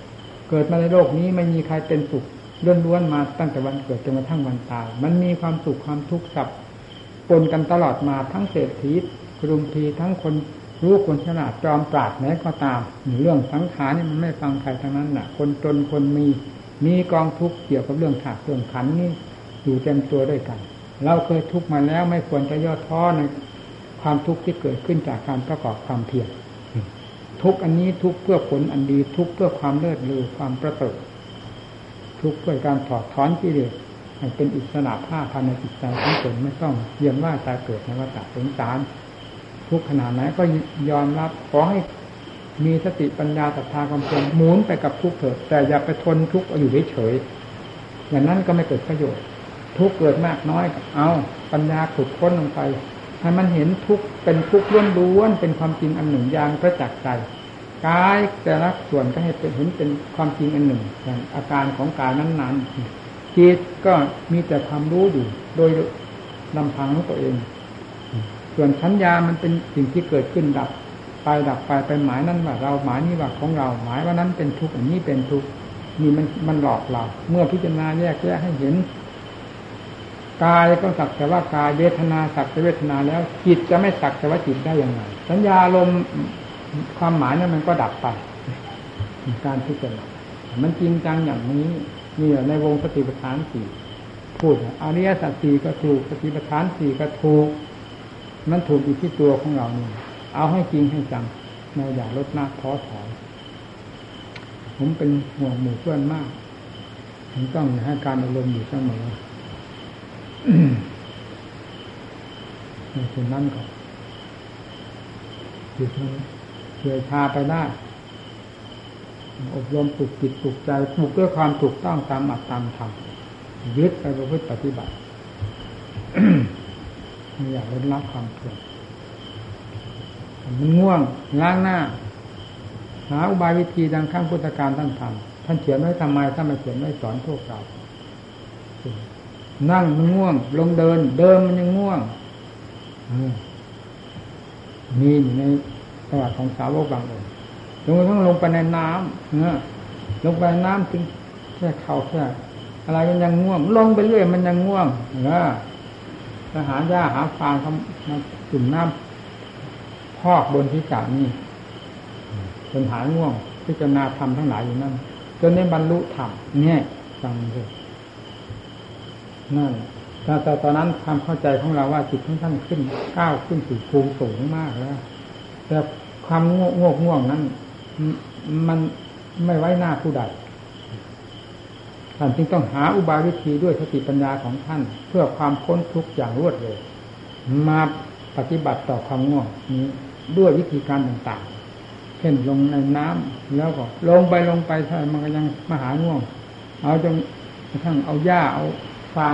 เกิดมาในโลกนี้ไม่มีใครเป็นสุขล้วนๆมาตั้งแต่วันเกิดจนกระทั่งวันตายมันมีความสุขความทุกข์สับปนกันตลอดมาทั้งเศรษฐีกรุงทีทั้งคนรู้คนฉลาดจอมปราดแม้ก็ตามเรื่องสังขารนี่มันไม่ฟังใครทั้งนั้นน่ะคนจนคนมีกองทุกข์เกี่ยวกับเรื่องธาตุเรื่องขันธ์นี่อยู่เต็มตัวด้วยกันเราเคยทุกข์มาแล้วไม่ควรจะย่อท้อในความทุกข์ที่เกิดขึ้นจากการประกอบความเพียรทุกข์อันนี้ทุกข์เพื่อผลอันดีทุกข์เพื่อความเลิศเลอความประเสริฐทุกข์เพื่อการถอดถอนกิเลสให้เป็นอิสระภาพภายในจิตใจของตนไม่ต้องเวียนว่ายตายเกิดในวัฏสงสารทุกขนาดไหนก็ยอมรับขอให้มีสติปัญญาศรัทธาความเพียรหมุนไปกับทุกข์เถิดแต่อย่าไปทนทุกข์อยู่เฉยๆอย่างนั้นก็ไม่เกิดประโยชน์ทุกข์เกิดมากน้อยเอาปัญญาขุดค้นลงไปให้มันเห็นทุกข์เป็นทุกข์ล้วนๆเป็นความจริงอันหนึ่งอย่างประจักษ์ใจกายแต่ละส่วนก็ให้เห็นเป็นความจริงอันหนึ่งอย่างอาการของกายนั้นๆจิตก็มีแต่ความรู้อยู่โดยลำพังของตัวเองส่วนสัญญามันเป็นสิ่งที่เกิดขึ้นดับไปหมายนั้นว่าเราหมายนี้ว่าของเราหมายว่านั้นเป็นทุกข์อันนี้เป็นทุกข์นี่มันหลอกเราเมื่อพิจารณาแยกแยะให้เห็นกายก็สักแต่ว่ากายเวทนาสักแต่เวทนาแล้วจิตจะไม่สักแต่ว่าจิตได้ยังไงสัญญาลมความหมายนั้นมันก็ดับไปการพิจารณามันจริงจังอย่างนี้นี่ในวงสติปัฏฐานสี่พูดอริยสัจสี่ก็ถูกสติปัฏฐานสี่ก็ถูกมันถูกอยู่ที่ตัวของเรานี่เอาให้จริงให้จังเราอย่าลดละท้อถอยผมเป็นห่วงหมู่เพื่อนมากผมต้องให้การอารมณ์อยู่เสมอในส่วนนั้นก็จิตมันเคยพาไปได้อบรมปลุกจิตปลุกใจปลุกด้วยความถูกต้องตามอัตตามธรรมยึดไปประพฤติปฏิบัติ อยากลดละความเพียรมันง่วงล้างหน้าหาอุบายวิธีดังข้างพุทธการท่านทำท่านเขียนไว้ทำไมถ้าไม่เขียนไว้สอนพวกเรานั่งมันง่วงลงเดินมันยังง่วงมีอยู่ในประวัติของสาวกบางองค์ลงไปในน้ำลงไปในน้ำถึงแค่เข่าแค่อะไรมันยังง่วงลงไปเรื่อยมันยังง่วงถ้าหาหญ้าหาฟางเขามาจุ่มน้ำพอกบนที่จ่านี่จนหายง่วงพิจารณาธรรมทั้งหลายอยู่นั่นจนได้บรรลุธรรมเนี่ยฟังเลยนั่นแต่ตอนนั้นความเข้าใจของเราว่าจิตของท่านขึ้นก้าวขึ้นสู่ภูมิสูงมากแล้วแต่ความง่วงนั้นมันไม่ไว้หน้าผู้ใดท่านจึงต้องหาอุบายวิธีด้วยสติปัญญาของท่านเพื่อความพ้นทุกข์อย่างรวดเร็วมาปฏิบัติต่อความง่วงนี้ด้วยวิธีการต่างๆเช่นลงในน้ำแล้วก็ลงไปถ้ามันก็ยังมาหาง่วงเอาจนกระทั่งเอาหญ้าเอาฟาง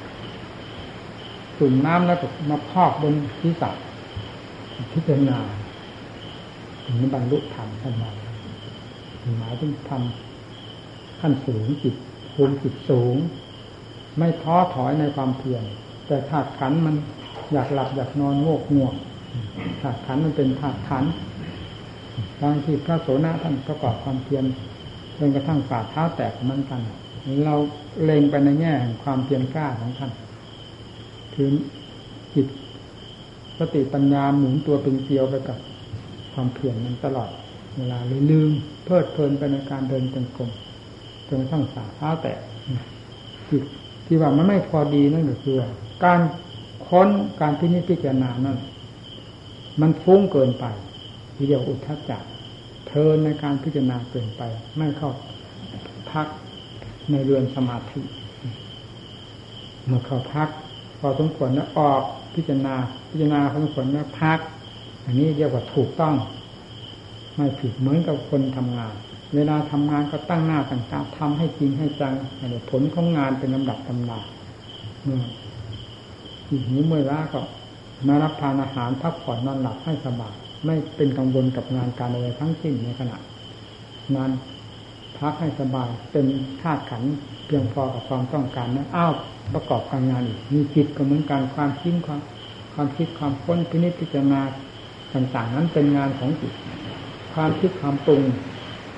ตุ่มน้ำแล้วก็มาพอกบนศีรษะพิจารณาถึงบรรลุธรรมท่านบอกหมายถึงธรรมขั้นสูงจิตภูมิจิตสูงไม่ท้อถอยในความเพียรแต่ธาตุขันธ์มันอยากหลับอยากนอนง่วงธาตุขันธ์มันเป็นธาตุขันธ์บางทีพระโสนะท่านประกอบความเพียรจนกระทั่งฝ่าเท้าแตกเหมือนกันเราเล็งไปในแง่แห่งความเพียรกล้าของท่านคือจิตสติปัญญาหมุนตัวเป็นเกลียวไปกับความเพียรนั้นตลอดเวลาเลยลืมเพลิดเพลินไปในการเดินจงกรมจนกระทั่งฝ่าเท้าแตกจิตที่ว่ามันไม่พอดีนั่นก็คือการค้นการพินิจพิจารณานั้นมันฟุ้งเกินไปที่เรียกอุทธัจจะเพลินในการพิจารณาเกินไปไม่เข้าพักในเรือนสมาธิเมื่อเข้าพักพอสมควรแล้วออกพิจารณาพอสมควรแล้วพักอันนี้เรียกว่าถูกต้องไม่ผิดเหมือนกับคนทำงานเวลาทำงานก็ตั้งหน้าตั้งตาทำให้จริงให้จังผลของงานเป็นลำดับตำราเมื่อหิวเมื่อยล้าก็มารับทานอาหารพักผ่อนนอนหลับให้สบายไม่เป็นกังวลกับงานการอะไรทั้งสิ้นในขณะงานพักให้สบายเป็นธาตุขันธ์เพียงพอกับความต้องการนั้นประกอบการงานอีกมีจิตก็เหมือนกันความคิดความค้นพินิจพิจารณาต่างๆนั้นเป็นงานของจิตความคิดความปรุง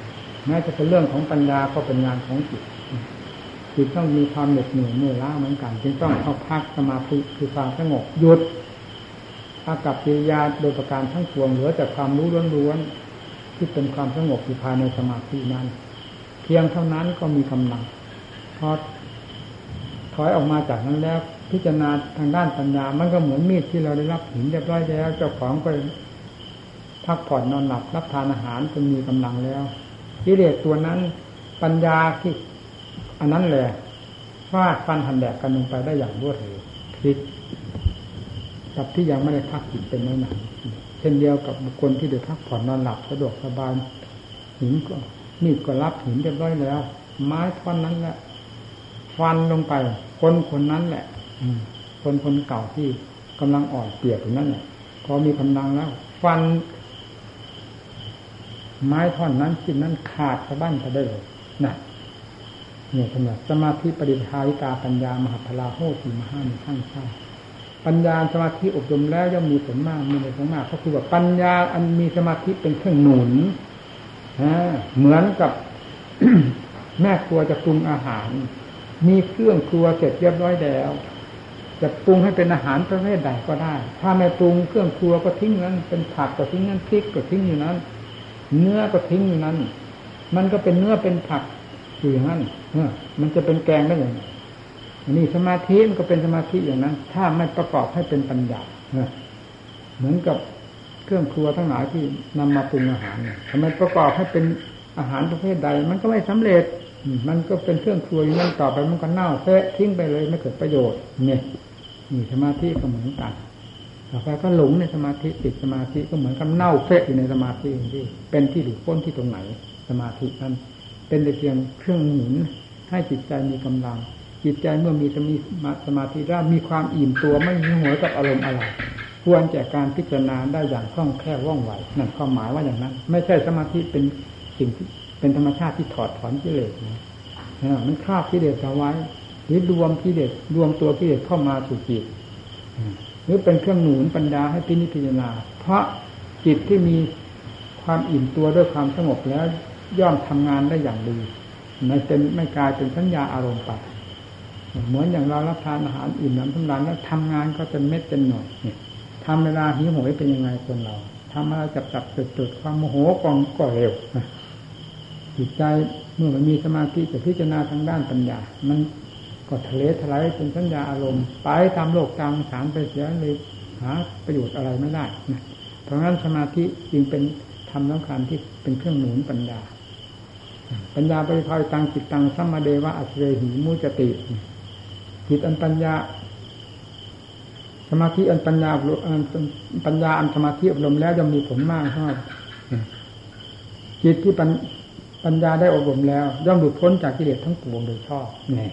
แม้จะเป็นเรื่องของปัญญาก็เป็นงานของจิตจิตต้องมีความเหน็ดเหนื่อยเมื่อยล้าเหมือนกันจึงต้องเข้าพักสมาธิคือความสงบหยุดอากับกิริยาโดยประการทั้งปวงเหลือแต่ความรู้ล้วนๆที่เป็นความสงบอยู่ภายในสมาธินั้นเพียงเท่านั้นก็มีกำลังพอถอยออกมาจากนั้นแล้วพิจารณาทางด้านปัญญามันก็เหมือนมีดที่เราได้รับหินเรียบร้อยแล้วเจ้าของก็พักผ่อนนอนหลับรับทานอาหารจนมีกำลังแล้วกิเลสตัวนั้นปัญญาที่อันนั้นแหละฟาดฟันหันแดกกันลงไปได้อย่างรวดเร็วพลิกกับที่ยังไม่ได้พักจิตเป็นหนังเช่นเดียวกับบุคคลที่ได้พักผ่อนนอนหลับสะดวกสบายหินก็มีดก็รับหินเรียบร้อยแล้วไม้ท่อนนั้นแหละฟันลงไปคนนั้นแหละคนเก่าที่กำลังอ่อนเปรียบอยู่นั่นแหละพอมีกำลังแล้วฟันไม้ท่อนนั้นชิ้นนั้นขาดสะบั้นไปได้เลยนะเนี่ยขนาดสมาธิปริภาวิตาปัญญามหาพลาโหติมหามีทั้งชาปัญญาสมาธิอบรมแล้วย่อมมีผลมากมีผลมากก็คือว่าปัญญาอันมีสมาธิเป็นเครื่องหนุนเหมือนกับ แม่ครัวจะปรุงอาหารมีเครื่องครัวเสร็จเรียบร้อยแล้วจะปรุงให้เป็นอาหารประเภทใดก็ได้ถ้าไม่ปรุงเครื่องครัวก็ทิ้งนั้นเป็นผักก็ทิ้งนั้นพริกก็ทิ้งอยู่นั้นเนื้อก็ทิ้งอยู่นั้นมันก็เป็นเนื้อเป็นผักอยู่อย่างนั้นมันจะเป็นแกงได้อย่างไรนี่สมาธิมันก็เป็นสมาธิอย่างนั้นถ้าไม่ประกอบให้เป็นปัญญาเหมือนกับเครื่องครัวทั้งหลายที่นำมาปรุงอาหารทำไมประกอบให้เป็นอาหารประเภทใดมันก็ไม่สำเร็จมันก็เป็นเครื่องครัวอย่างนั้นต่อไปมันก็เน่าเฟะทิ้งไปเลยไม่เกิดประโยชน์นี่สมาธิก็เหมือนกันต่อไปก็หลงในสมาธิติดสมาธิก็เหมือนกับเน่าเฟะอยู่ในสมาธิที่เป็นที่หลุดพ้นที่ตรงไหนสมาธินั้นเป็นแต่เพียงเครื่องหนุนให้จิตใจมีกำลังจิตใจเมื่อมีสมาธิแล้วมีความอิ่มตัวไม่มีหัวกับอารมณ์อะไรควรแก่การพิจารณาได้อย่างคล่องแคล่วว่องไวนั่นความหมายว่าอย่างนั้นไม่ใช่สมาธิเป็นสิ่งที่เป็นธรรมชาติที่ถอดถอนกิเลสนะมันครอบกิเลสเอาไว้หรือรวมกิเลสรวมตัวกิเลสเข้ามาสู่จิตหรือเป็นเครื่องหนุนปัญญาให้พิจารณาเพราะจิตที่มีความอิ่มตัวด้วยความสงบแล้วย่อมทำงานได้อย่างดีไม่กลายเป็นสัญญาอารมณ์ไปเหมือนอย่างเรารับทานอาหารอิ่มน้ำสำราญแล้วทำงานก็เป็นเม็ดเป็นหน่อยทำเวลาหิวโหยเป็นยังไงคนเราทำอะไรจับจุดความโมโหก็เร็วจิตใจเมื่อมันมีสมาธิจะพิจารณาทางด้านปัญญามันก็ทะเลทลายเป็นสัญญาอารมณ์ไปตามโลกตามสารไปเสียเลยหาประโยชน์อะไรไม่ได้นะเพราะงั้นสมาธิจึงเป็นธรรมสำคัญที่เป็นเครื่องหนุนปัญญาปริภาวิตังจิตตังสัมมาเดวะอัสเรหิมุจติจิตอันปัญญาสมาธิอันปัญญาอันสมาธิอบรมแล้วจะมีผลมากเท่าจิตที่ปัญญาได้อบรมแล้วย่อมหลุดพ้นจากกิเลสทั้งปวงโดยชอบนี่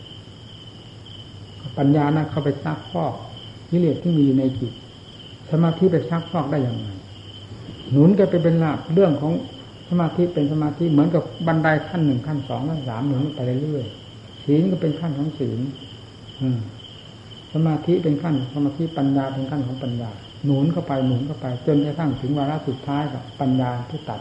ปัญญานั้นเข้าไปซักฟอกกิเลสที่มีอยู่ในจิตสมาธิไปซักฟอกได้อย่างไรหนุนกันไปเป็นหลักเรื่องของสมาธิเป็นสมาธิเหมือนกับบันไดขั้นหนึ่งขั้นสองขั้นสามหนุนไปเรื่อยๆศีลก็เป็นขั้นของศีลสมาธิเป็นขั้นสมาธิปัญญาเป็นขั้นของปัญญาหนุนเข้าไปจนกระทั่งถึงวาระสุดท้ายกับปัญญาที่ตัด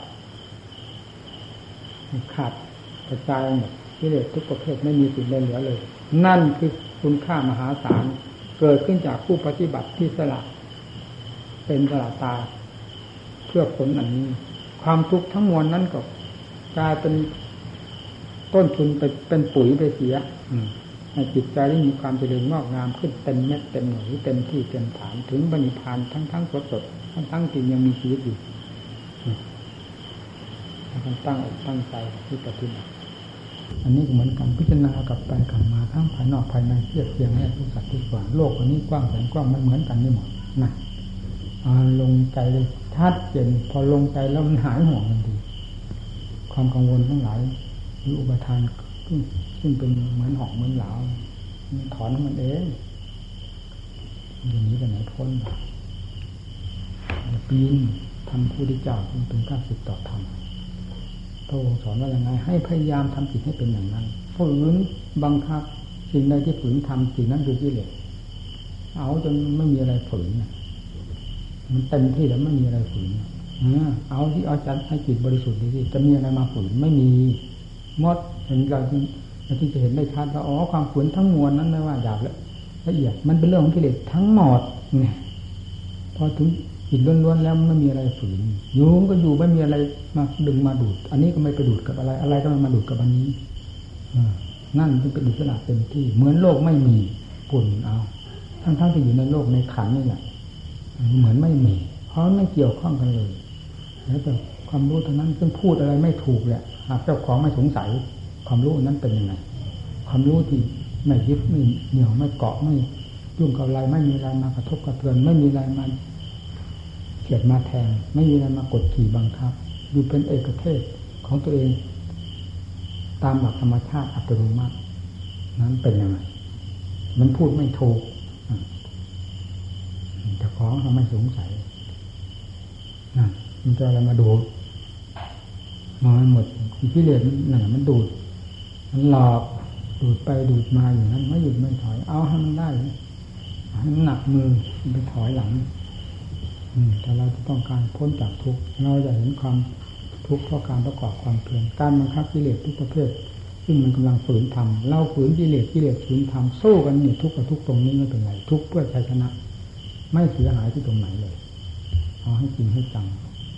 ขาดกระจายหมดกิเลสทุกประเภทไม่มีสิ่งใดเหลือเลยนั่นคือคุณค่ามหาศาลเกิดขึ้นจากผู้ปฏิบัติที่สละเป็นสละตายเพื่อผลอันนี้ความทุกข์ทั้งมวลนั้นก็กลายเป็นต้นทุนไปเป็นปุ๋ยไปเสียให้จิตใจได้มีความเจริญงอกงามขึ้นเต็มเม็ดเต็มหน่วยเต็มที่เต็มฐานถึงบรรลุพานทั้งสดทั้งที่ยังมีชีวิตอยู่ตั้งอกตั้งใจที่ปฏิบัติอันนี้เหมือนกันพิจารณากับไปกลับมาทั้งภายนอกภายในเทียบเทียงให้ทุกสัตว์ทุกส่วนโลกอันนี้กว้างแสนกว้างไม่เหมือนกันนี่หมดนะลงใจเลยชัดเจนพอลงใจแล้วมันหายห่วงทันทีความกังวลทั้งหลายหรืออุปทานซึ่งเป็นเหมือนหอกเหมือนเหลาถอนมันเองอย่างนี้ไปไหนพ้นปีนทำผู้ที่เจ้าเป็นข้าศึกต่อธรรมพระองค์สอนว่าอย่างไรให้พยายามทำจิตให้เป็นอย่างนั้นฝืนบังคับสิ่งใดที่ฝืนทำสิ่งนั้นคือกิเลสเอาจนไม่มีอะไรฝืนมันเต็มที่แล้วไม่มีอะไรฝืนเอาที่เอาจัดให้จิตบริสุทธิ์ดีที่จะมีอะไรมาฝืนไม่มีงดเห็นเราที่จะเห็นได้ชัดว่าอ๋อความฝืนทั้งมวลนั้นไม่ว่าหยาบละเอียดมันเป็นเรื่องของกิเลสทั้งหมดเนี่ยพอถึงจิตล้วนๆแล้วไม่มีอะไรฝืนอยู่ก็อยู่ไม่มีอะไรมาดึงมาดูดอันนี้ก็ไม่ไปดูดกับอะไรอะไรก็ไม่มาดูดกับอันนี้นั่นจึงเป็นอิสระเต็มที่เหมือนโลกไม่มีปุ่นเอาทั้งที่อยู่ในโลกในขันนี่แหละเหมือนไม่มีเพราะไม่เกี่ยวข้องกันเลยแล้วแต่ความรู้เท่านั้นซึ่งพูดอะไรไม่ถูกแหละหากเจ้าของไม่สงสัยความรู้นั้นเป็นยังไงความรู้ที่ไม่ยึดไม่เหนี่ยวไม่เกาะไม่ยุ่งกับอะไรไม่มีอะไรมากระทบกระเทือนไม่มีอะไรมาเกียดมาแทงไม่มีอะไรมากดขี่บังคับอยู่เป็นเอกเทศของตัวเองตามหลักธรรมชาติอัตโนมัตินั้นเป็นยังไงมันพูดไม่ถูกแต่ของเราไม่สงสัยนั่นมันจะอะไรมาดูมันหมดกิเลสนั่นมันดูดมันหลอกดูดไปดูดมาอยู่นั้นไม่หยุดไม่ถอยเอาให้มันได้ให้มันหนักมือไปถอยหลังแต่เราจะต้องการพ้นจากทุกข์เราจะเห็นความทุกข์เพราะการประกอบความเพียรการบังคับกิเลสทุกประเภทซึ่งมันกำลังฝืนทำเราฝืนกิเลสฝืนทำสู้กันนี่ทุกข์กับทุกข์ตรงนี้ไม่เป็นไรทุกข์เพื่อชัยชนะไม่เสียหายที่ตรงไหนเลยเอาให้จริงให้จัง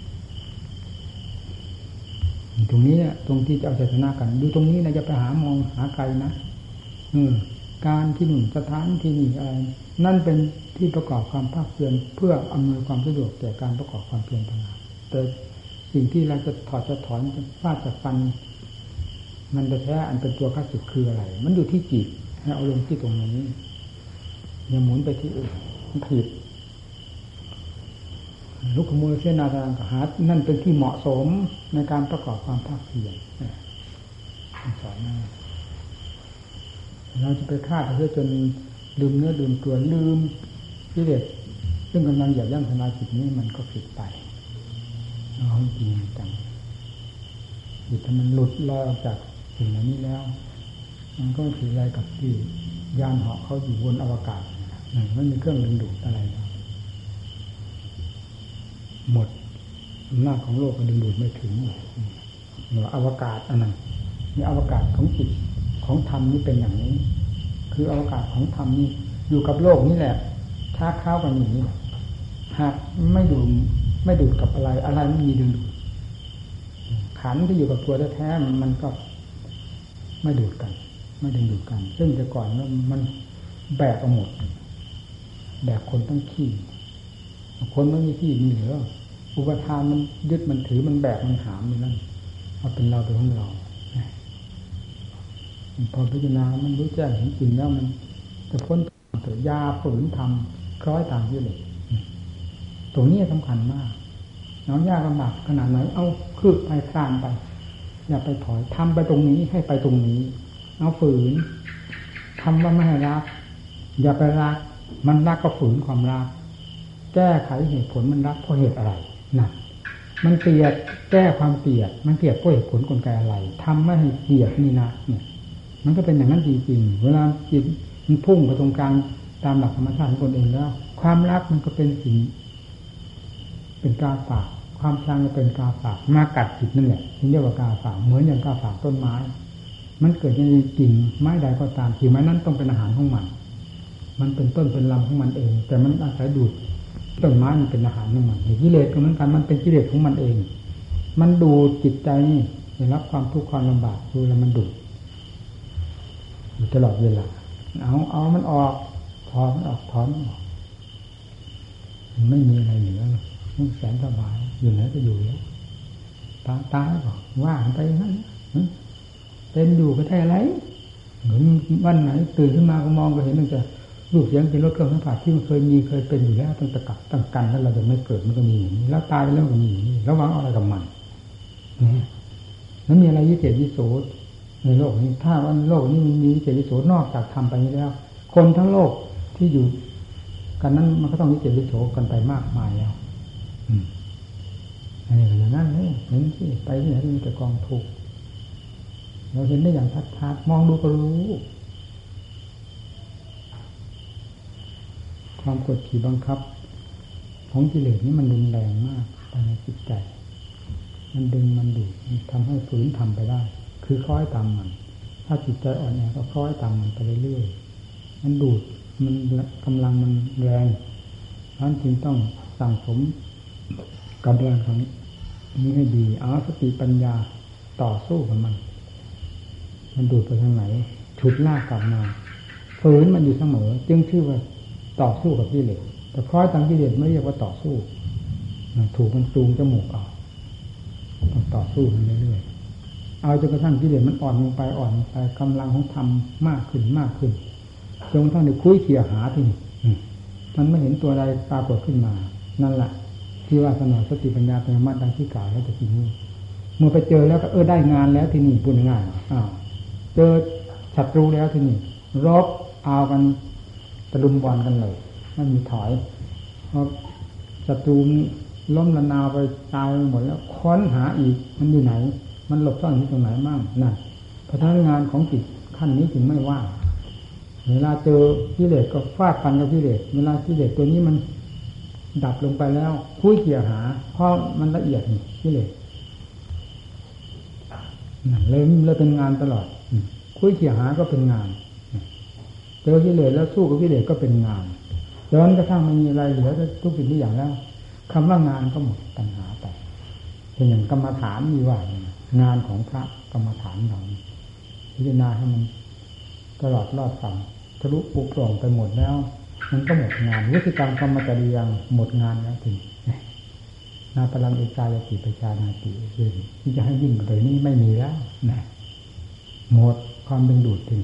ตรงนี้เนี่ยตรงที่จะเอาชัยชนะกันดูตรงนี้นะจะไปมองหาไกลนะการที่หนุนสถานที่นี่อะไรนั่นเป็นที่ประกอบความภาคเพียรเพื่ออำนวยความสะดวกแก่การประกอบความเพียรต่างหากแต่สิ่งที่เราจะถอดจะถอนจะฟาดจะฟันมันจะแท้อันเป็นตัวข้าศึกคืออะไรมันอยู่ที่จิตให้เอาลงที่ตรงนี้อย่าหมุนไปที่อื่นมันผิดลุกขมูลเสนาทางกหานั่นเป็นที่เหมาะสมในการประกอบความภาคเพียรสอนมาเราจะไปฆ่าเพื่อจนลืมเนื้อลืมตัวลืมกิเลสซึ่งกำลังเหยียบย่ำทำลายจิตนี้มันก็ผิดไปเอาจริงจังจิตถ้ามันหลุดลอยออกจากสิ่งเหล่านี้แล้วมันก็ถืออะไรกับที่ยานเหาะเขาอยู่บนอวกาศมันมีเครื่องดึงดูดอะไรหมดอำนาจของโลกก็ดึงดูดไม่ถึงเหนืออวกาศอันนั้นนี่อวกาศของจิตของธรรมนี่เป็นอย่างนี้คืออวกาศของธรรมนี่อยู่กับโลกนี่แหละช้าเข้ากันอย่างนี้หากไม่ดูดกับอะไรไม่มีดึงดูดขันที่อยู่กับตัวแท้ๆมันก็ไม่ดูดกันไม่ดึงดูดกันซึ่งแต่ก่อนมันแบกเอาหมดแบกคนต้องขี้คนไม่มีขี้มีเหลืออุปทานมันยึดมันถือมันแบกมันหามอยู่นั่นเอาเป็นเราเป็นของเราพอพิจารณามันรู้แจ้งเห็นจริงแล้วมันจะพ้นแต่ยาฝืนทำคล้อยตามที่เลยตรงนี้สำคัญมากน้องยากลำบากขนาดไหนเอาคืบไปคลานไปอย่าไปถอยทำไปตรงนี้ให้ไปตรงนี้เอาฝืนทำว่าไม่ให้รักอย่าไปรักมันรักก็ฝืนความรักแก้ไขเหตุผลมันรักเพราะเหตุอะไรนะมันเกลียดแก้ความเกลียดมันเกลียดเพราะเหตุผลกลไกอะไรทำไม่ให้เกลียดนี่นะเนี่ยมันก็เป็นอย่างนั้นจริงๆเวลาจิตมันพุ่งไปตรงกลางตามหลักธรรมชาติของตนเองแล้วความรักมันก็เป็นสิ่งเป็นกาฝากความชังก็เป็นกาฝากมากัดจิตนั่นแหละที่เรียกว่ากาฝากเหมือนอย่างกาฝากต้นไม้มันเกิดในกิ่งไม้ใดก็ตามกิ่งไม้นั้นต้องเป็นอาหารของมันเป็นต้นเป็นลำของมันเองแต่มันอาศัยดูดต้นไม้มันเป็นอาหารของมันกิเลสก็เหมือนกันมันเป็นกิเลสของมันเองมันดูดจิตใจนี่ได้รับความทุกข์ความลำบากดูแล้วมันดูดอยู่ตลอดเวลาเอามันออกถอนมันออกถอนมันออกมันไม่มีอะไรเหลือมันแสนสบายอยู่ไหนก็อยู่แล้วตายก็ว่างไปนั่นเป็นอยู่ก็ได้อะไรเหมือนวันไหนตื่นขึ้นมาก็มองก็เห็นตั้งแต่รูปเสียงเป็นรสเครื่องสัมผัสที่มันเคยเป็นอยู่แล้วตั้งแต่กับตั้งกันแล้วเราจะไม่เกิดมันก็มีอย่างนี้แล้วตายไปแล้วก็มีอย่างนี้ระวังอะไรกับมันนี่แล้วมีอะไรวิเศษวิโสในโลกนี้ถ้าว่าโลกนี้มีวิเศษวิโสนอกจากทำไปนี้แล้วคนทั้งโลกที่อยู่กันนั้นมันก็ต้องวิเศษวิโสกันไปมากมายแล้วอันนี้ก็อย่างนั้นเลยเห็นสิไปที่ไหนมีแต่กองทุกข์เราเห็นได้อย่างชัดๆมองดูก็รู้ความกดขี่บังคับของกิเลสนี่มันรุนแรงมากภายในจิตใจมันดึงมันดูดมันทำให้ฝืนทำไปได้คือคล้อยตามมันถ้าจิตใจอ่อนแอก็คล้อยตามมันไปเรื่อยๆมันดูดมันกำลังมันแรงนั้นจึงต้องสั่งสมกำลังของนี้ให้ดีเอาสติปัญญาต่อสู้กับมันดูดไปทางไหนฉุดลากกลับมาฝืนมันอยู่เสมอจึงชื่อว่าต่อสู้กับกิเลสแต่คล้อยตามกิเลสไม่เรียกว่าต่อสู้ถูกมันจูงจมูกเอาต้องต่อสู้มันเรื่อยๆเอาจนกระทั่งกิเลสมันอ่อนลงไปกำลังของธรรมมากขึ้นจนกระทั่งได้คุยเขี่ยหาที่มันไม่เห็นตัวใดปรากฏขึ้นมานั่นแหละที่ว่าสติปัญญาเป็นธรรมะดังที่กล่าวแล้วแต่ทีนี้เมื่อไปเจอแล้วก็ได้งานแล้วที่นี่พูดง่ายเจอศัตรูแล้วที่นี่รบเอากันตะลุมบอลกันเลยไม่มีถอยเพราะศัตรูล้มละนาวไปตายหมดแล้วค้นหาอีกมันอยู่ไหนมันหลบซ่อนที่ตรงไหนมั่งนั่นพนักงานของจิตขั้นนี้จึงไม่ว่างเวลาเจอกิเลสก็ฟาดฟันกับกิเลสเวลากิเลสตัวนี้มันดับลงไปแล้วคุยเกี่ยหาเพราะมันละเอียดกิเลสเลยเป็นงานตลอดคุยเกี่ยหาก็เป็นงานเจอกิเลสแล้วสู้กับกิเลสก็เป็นงานจนกระทั่งมันมีอะไรเหลือทุกสิ่งทุกอย่างแล้วคำว่างานก็หมดปัญหาไปเป็นอย่างกรรมฐานมีว่างานของพระกรรมฐานเราพิจารณาให้มันตลอดรอดฝั่งทะลุปุโปร่งไปหมดแล้วมันก็หมดงานวิธีการกรรมจริยังหมดงานแล้วถึงนาพลังเอกายติประชานาติที่จะให้ยิ่งกว่านี้ไม่มีแล้วนะหมดความดึงดูดถึง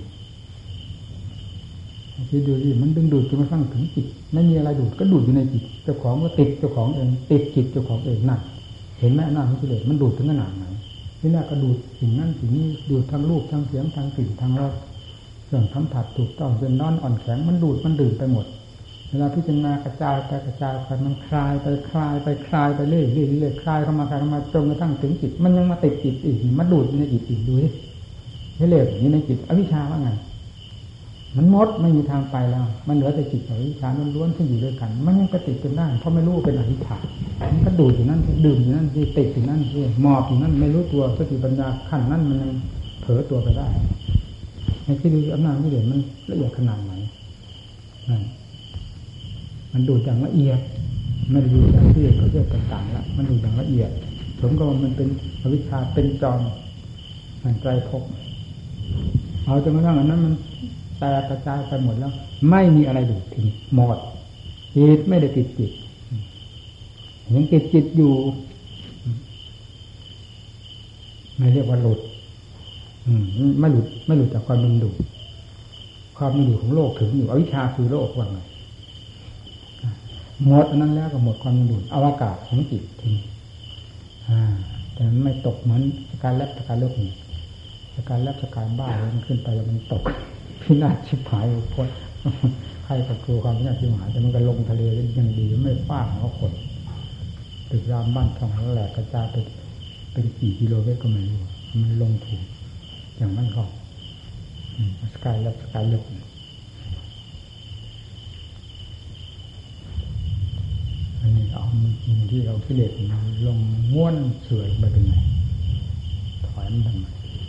คิดดูดิมันดึงดูดจนกระทั่งถึงจิตไม่มีอะไรดูดก็ดูดอยู่ในจิตเจ้าของก็ติดเจ้าของเองติดจิตเจ้าของเองนั่นเห็นไหมอำนาจของกิเลสมันดูดถึงขนาดไหนที่แรกก็ดูดสิ่งนั้นสิ่งนี้ดูดทั้งรูปทั้งเสียงทั้งกลิ่นทั้งรสเครื่องสัมผัสถูกต้องเป็นน้อนอ่อนแข็งมันดูดมันดื่มไปหมดเวลาพิจารณากระจายไปมันคลายไปเรื่อยคลายเข้ามาจนกระทั่งถึงจิตมันยังมาติดจิตอีกมันดูดในจิตอีกดูดิกิเลสอยู่ในจิตอวิชชาว่าไงมันหมดไม่มีทางไปแล้วมันเหลือแต่จิตกับอวิชชาล้วนๆที่อยู่ด้วยกันมันยังกระติดจนได้เพราะไม่รู้เป็นอวิชชามันก็ดูดอยู่นั่นดื่มอยู่นั่นที่ติดอยู่นั่นที่หมอบอยู่นั่นไม่รู้ตัวสติปัญญาขั้นนั้นมันยังเผลอตัวไปได้ในที่ดูอำนาจกิเลสมันละเอียดขนาดไหนนั่นมันดูดอย่างละเอียดไม่ได้ดูอย่างที่เขาเรียกต่างๆแล้วมันดูอย่างละเอียดสมกับมันเป็นอวิชชาเป็นจอมมันใจพกเอาจนกระทั่งอันนั้นมันแตกกระจายไปหมดแล้วไม่มีอะไรดูดทิ้งหมดจิตไม่ได้ติดจิตยังติดจิตอยู่ไม่เรียกว่าหลุดไม่หลุดจากความดึงดูดความดึงดูดของโลกถึงอยู่อวิชชาคือโลกว่าไงหมดอันนั้นแล้วก็หมดความดึงดูดอวกาศของจิตทิ้งแต่มันไม่ตกเหมือนสกายแลบสกายโลกนี่สกายแลบสกายบ้ามันขึ้นไปแล้วมันตกพินาศชิบหายพดใครกับครูความพินาศชิบหายแต่มันก็ลงทะเลยังดีไม่ฟาดเขาคนตึกรามบ้านช่องแล้วแหลกกระจายไปเป็นกี่กิโลเมตรก็ไม่รู้มันลงถูกอย่างนั้นก็สกายแลบสกายโลกอันนี้เอาที่เรากิเลสมันลงม้วนเฉื่อยไปเป็นไงถอยมันทำไม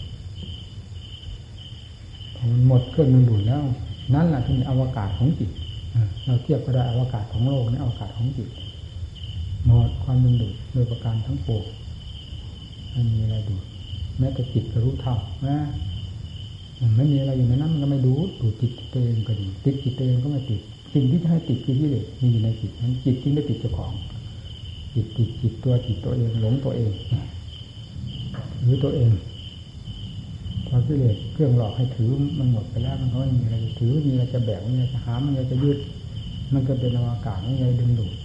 มันหมดเครื่องดึงดูดแล้วนั่นแหละที่มีอวกาศของจิตเราเทียบก็ได้อวกาศของโลกนี่อวกาศของจิตหมดความดึงดูดโดยประการทั้งปวงไม่มีอะไรดูดแม้แต่จิตก็รู้เท่านะมันไม่มีอะไรอยู่ในนั้นมันก็ไม่ดูจิตตัวเองก็ดีติดจิตตัวเองก็ไม่ติดสิ่งที่จะให้ติดคือกิเลสมีอยู่ในจิตนั้นจิตจึงได้ติดเจ้าของจิตติดจิตตัวเองหลงตัวเองหรือตัวเองพอกิเลสเครื่องหลอกให้ถือมันหมดไปแล้วมันก็ไม่มีอะไรถือมีอะไรจะแบกมีอะไรจะหามมีอะไรจะยืดมันก็เป็นอวกาศไม่มีอะไรดึงดูด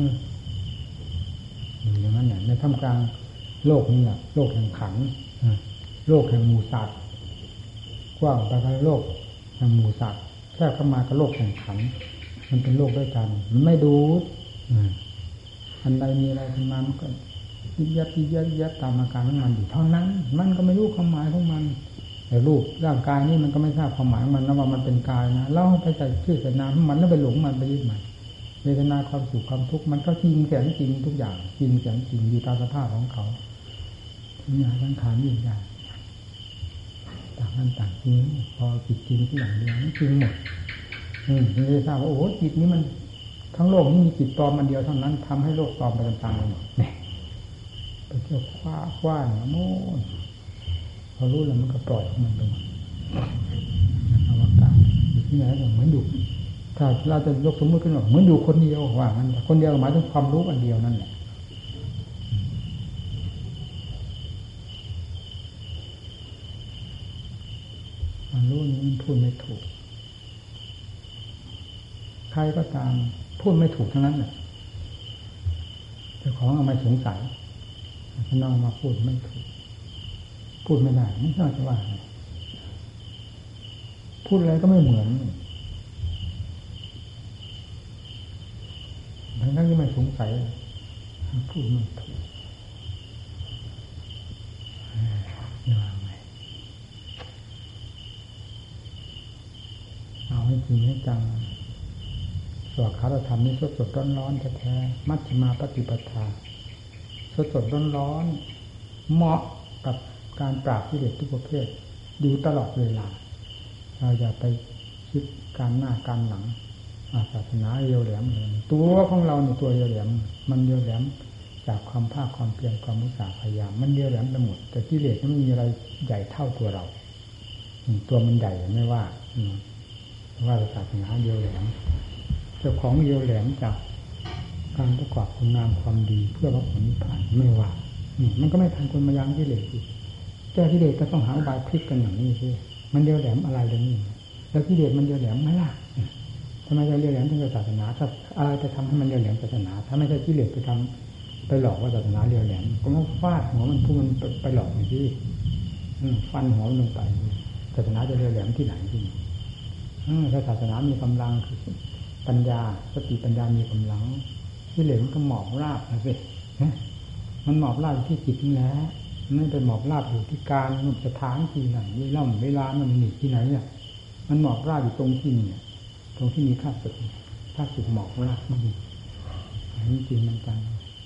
อย่างนั้นเนี่ยในท่ามกลางโลกนี้แหละโลกแห่งขันโลกแห่งหมู่สัตว์กว้างไปกับโลกแห่งหมู่สัตว์แค่เข้ามากับโลกแห่งขันมันเป็นโลกด้วยกันมันไม่ดูอันใดมีอะไรขึ้นมามันก็ยิบยับตามอาการของมันอยู่เท่านั้นมันก็ไม่รู้ความหมายของมันแต่รูปร่างกายนี่มันก็ไม่ทราบความหมายของมันนะว่ามันเป็นกายนะเล่าไปใส่ชื่อใส่นามของมันแล้วไปหลงมันไปยึดมันเวทนาความสุขความทุกข์มันก็จริงแสนจริงทุกอย่างจริงแสนจริงอยู่ตามสภาพของเขาทุกอย่างทั้งขานยิ่งใหญ่ต่างกันต่างจริงพอจิตจริงที่อย่างเดียวนี่จริงหมดไม่ได้ทราบว่าโอ้จิตนี้มันทั้งโลกนี้มีจิตปลอมอันเดียวเท่านั้นทำให้โลกปลอมไปตามๆกันหมดเนี่ยไปเที่ยวคว้าโน่นพอรู้แล้วมันก็ปล่อยมันไปหมดอวกาศอยู่ที่ไหนก็เหมือนอยู่ถ้าเราจะยกสมมติขึ้นว่าเหมือนอยู่คนเดียวว่างั้นคนเดียวหมายถึงความรู้อันเดียวนั่นแหละความรู้นี้มันพูดไม่ถูกใครก็ตามพูดไม่ถูกทั้งนั้นแหละเจ้าของเอามาสงสัยถ้าน้องมาพูดไม่ถูกพูดไม่ได้ไม่ทราบจะว่าไงพูดอะไรก็ไม่เหมือนทั้งที่ไม่สงสัยพูดไม่ถูกยังไงเอาให้จริงให้จังสวดคาถาธรรมนี่สดๆร้อนๆแท้ๆมัชฌิมาปฏิปทาสดๆร้อนๆเหมาะกับการปราบกิเลสทุกประเภทอยู่ตลอดเวลาเราอย่าไปคิดการหน้าการหลังศาสนาเรียวแหลมเลยตัวของเราเนี่ยตัวเรียวแหลมมันเรียวแหลมจากความภาคความเพียรความมุสาพยายามมันเรียวแหลมไปหมดแต่กิเลสมันมีอะไรใหญ่เท่าตัวเราตัวมันใหญ่ไม่ว่าศาสนาเรียวแหลมเจ้าของเรียวแหลมจากการประกอบคุณงามความดีเพื่อรับผลนิพพานไม่ว่านี่มันก็ไม่ทันคนมายังกิเลสอีกแก้กิเลสก็ต้องหาอุบายพลิกกันอย่างนี้สิมันเรียวแหลมอะไรอย่างนี้แล้วกิเลสมันเรียวแหลมไหมล่ะทำไมจะเรียวแหลมถึงศาสนาถ้าอะไรจะทำให้มันเรียวแหลมศาสนาถ้าไม่ใช่กิเลสไปทำไปหลอกว่าศาสนาเรียวแหลมก็ต้องฟาดหัวมันพูดมันไปหลอกอย่างที่ฟันหัวลงไปศาสนาจะเรียวแหลมที่ไหนที่ถ้าศาสนามีกำลังคือปัญญาสติปัญญามีกำลังกิเลสมันก็หมอบราบนะสิมันหมอบราบที่จิตนี่แหละไม่ไปหมอบราบอยู่ที่การสถานที่ไหนเวลามันหนีที่ไหนเนี่ยมันหมอบราบอยู่ตรงที่นี่ตรงที่มีข้าศึกหมอบราบมันมีอันนี้จริงมันจัง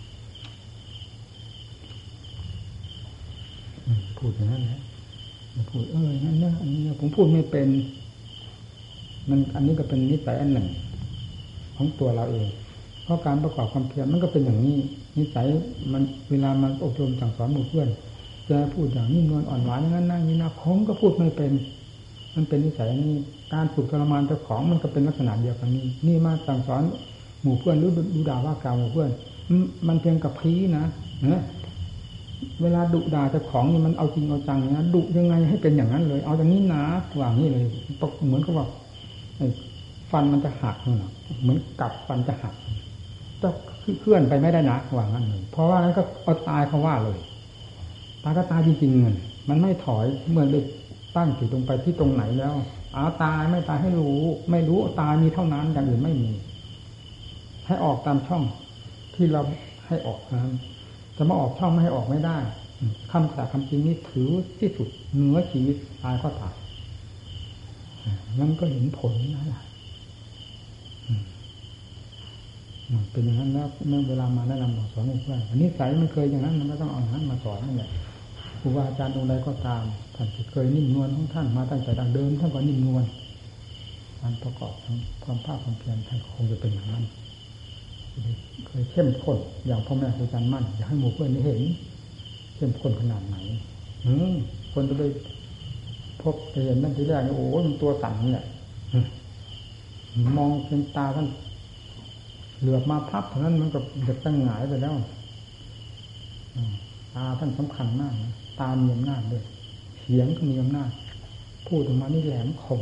พูดอย่างนั้นแหละพูดนั่นอันนี้ผมพูดไม่เป็นมันอันนี้ก็เป็นนิสัยอันหนึ่งของตัวเราเองเพราะการประกอบความเพียรมันก็เป็นอย่างนี้นิสัยมันเวลามันอบรมสั่งสอนหมู่เพื่อนจะพูดอย่างนิ่มนวลอ่อนหวานอย่างนั้นนี่นะผมก็พูดไม่เป็นมันเป็นนิสัยนี้การฝึกทรมานเจ้าของมันก็เป็นลักษณะเดียวกันนี่มาสั่งสอนหมู่เพื่อนหรือดูด่าว่ากล่าวหมู่เพื่อนมันเพียงกับพีนะเวลาดุด่าเจ้าของนี่มันเอาจริงเอาจังนะดุยังไงให้เป็นอย่างนั้นเลยเอาอย่างนี้นะว่างี้เลยเหมือนกับว่าฟันมันจะหักเหมือนกับฟันจะหักจะเคลื่อนไปไม่ได้นะว่างั้นเลยเพราะว่านั้นก็เอาตายเขาว่าเลยตายก็ตายจริงๆมันไม่ถอยเมื่อได้ตั้งจิตลงไปที่ตรงไหนแล้วตายไม่ตายให้รู้ไม่รู้ตายมีเท่านั้นอย่างอื่นไม่มีให้ออกตามช่องที่เราให้ออกนั้นจะมาออกช่องไม่ให้ออกไม่ได้คำแต่คำจริงนี้ถือที่สุดเหนือชีวิตตายก็ตายมันก็เห็นผลนั่นแหละเป็นอย่างนั้นแล้วเมื่อเวลามาแนะนำสอนให้เพื่อนนิสัยมันเคยอย่างนั้นมันก็ต้องเอานั้นมาสอนนั่นแหละครูบาอาจารย์องค์ใดก็ตามท่านเคยนิ่มนวลของท่านมาตั้งแต่ดั้งเดิมท่านก็นิ่มนวลการประกอบความภาคความเพียรท่านคงจะเป็นอย่างนั้นเคยเข้มข้นอย่างพ่อแม่ครูอาจารย์มั่นอยากให้หมู่เพื่อนได้เห็นเข้มข้นขนาดไหนคนจะไปพบไปเห็นนั่นทีแรกโอ้มันตัวสั่นเนี่ยมองเป็นตาท่านเหลือบมาพับเท่านั้นมันก็จะตั้งหงายไปแล้วตาท่านสำคัญมากนะตามีอำนาจด้วยเสียงก็มีอำนาจพูดออกมานี่แหลมคม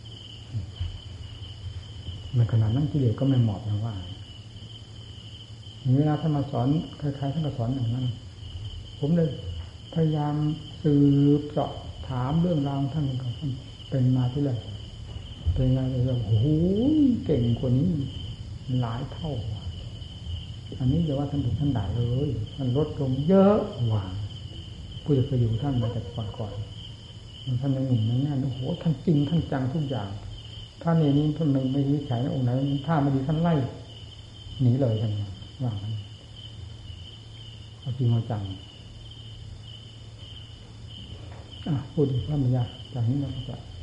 ในขณะนั้นกิเลสก็ไม่เหมาะนะว่าเวลาท่านมาสอนใครๆท่านก็สอนอย่างนั้นผมเลยพยายามสืบเจาะถามเรื่องราวท่านก็เป็นมาที่ไรเป็นไงเลยโอ้โหเก่งกว่านี้หลายเท่าอันนี้จะว่าท่านถูกท่านด่าเลยมันลดลงเยอะกว่าผู้จะเคยอยู่ท่านมาแต่ก่อนท่านในหนุ่มในแง่โอ้โหท่านจริงท่านจังทุกอย่างท่านในนี้ท่านไม่วิจัยนะองค์ไหนถ้ามาดีท่านไล่หนีเลยใช่ไหมว่างกันเอาจริงเอาจังพูดอีกว่ามันยากจากนี้เราจะ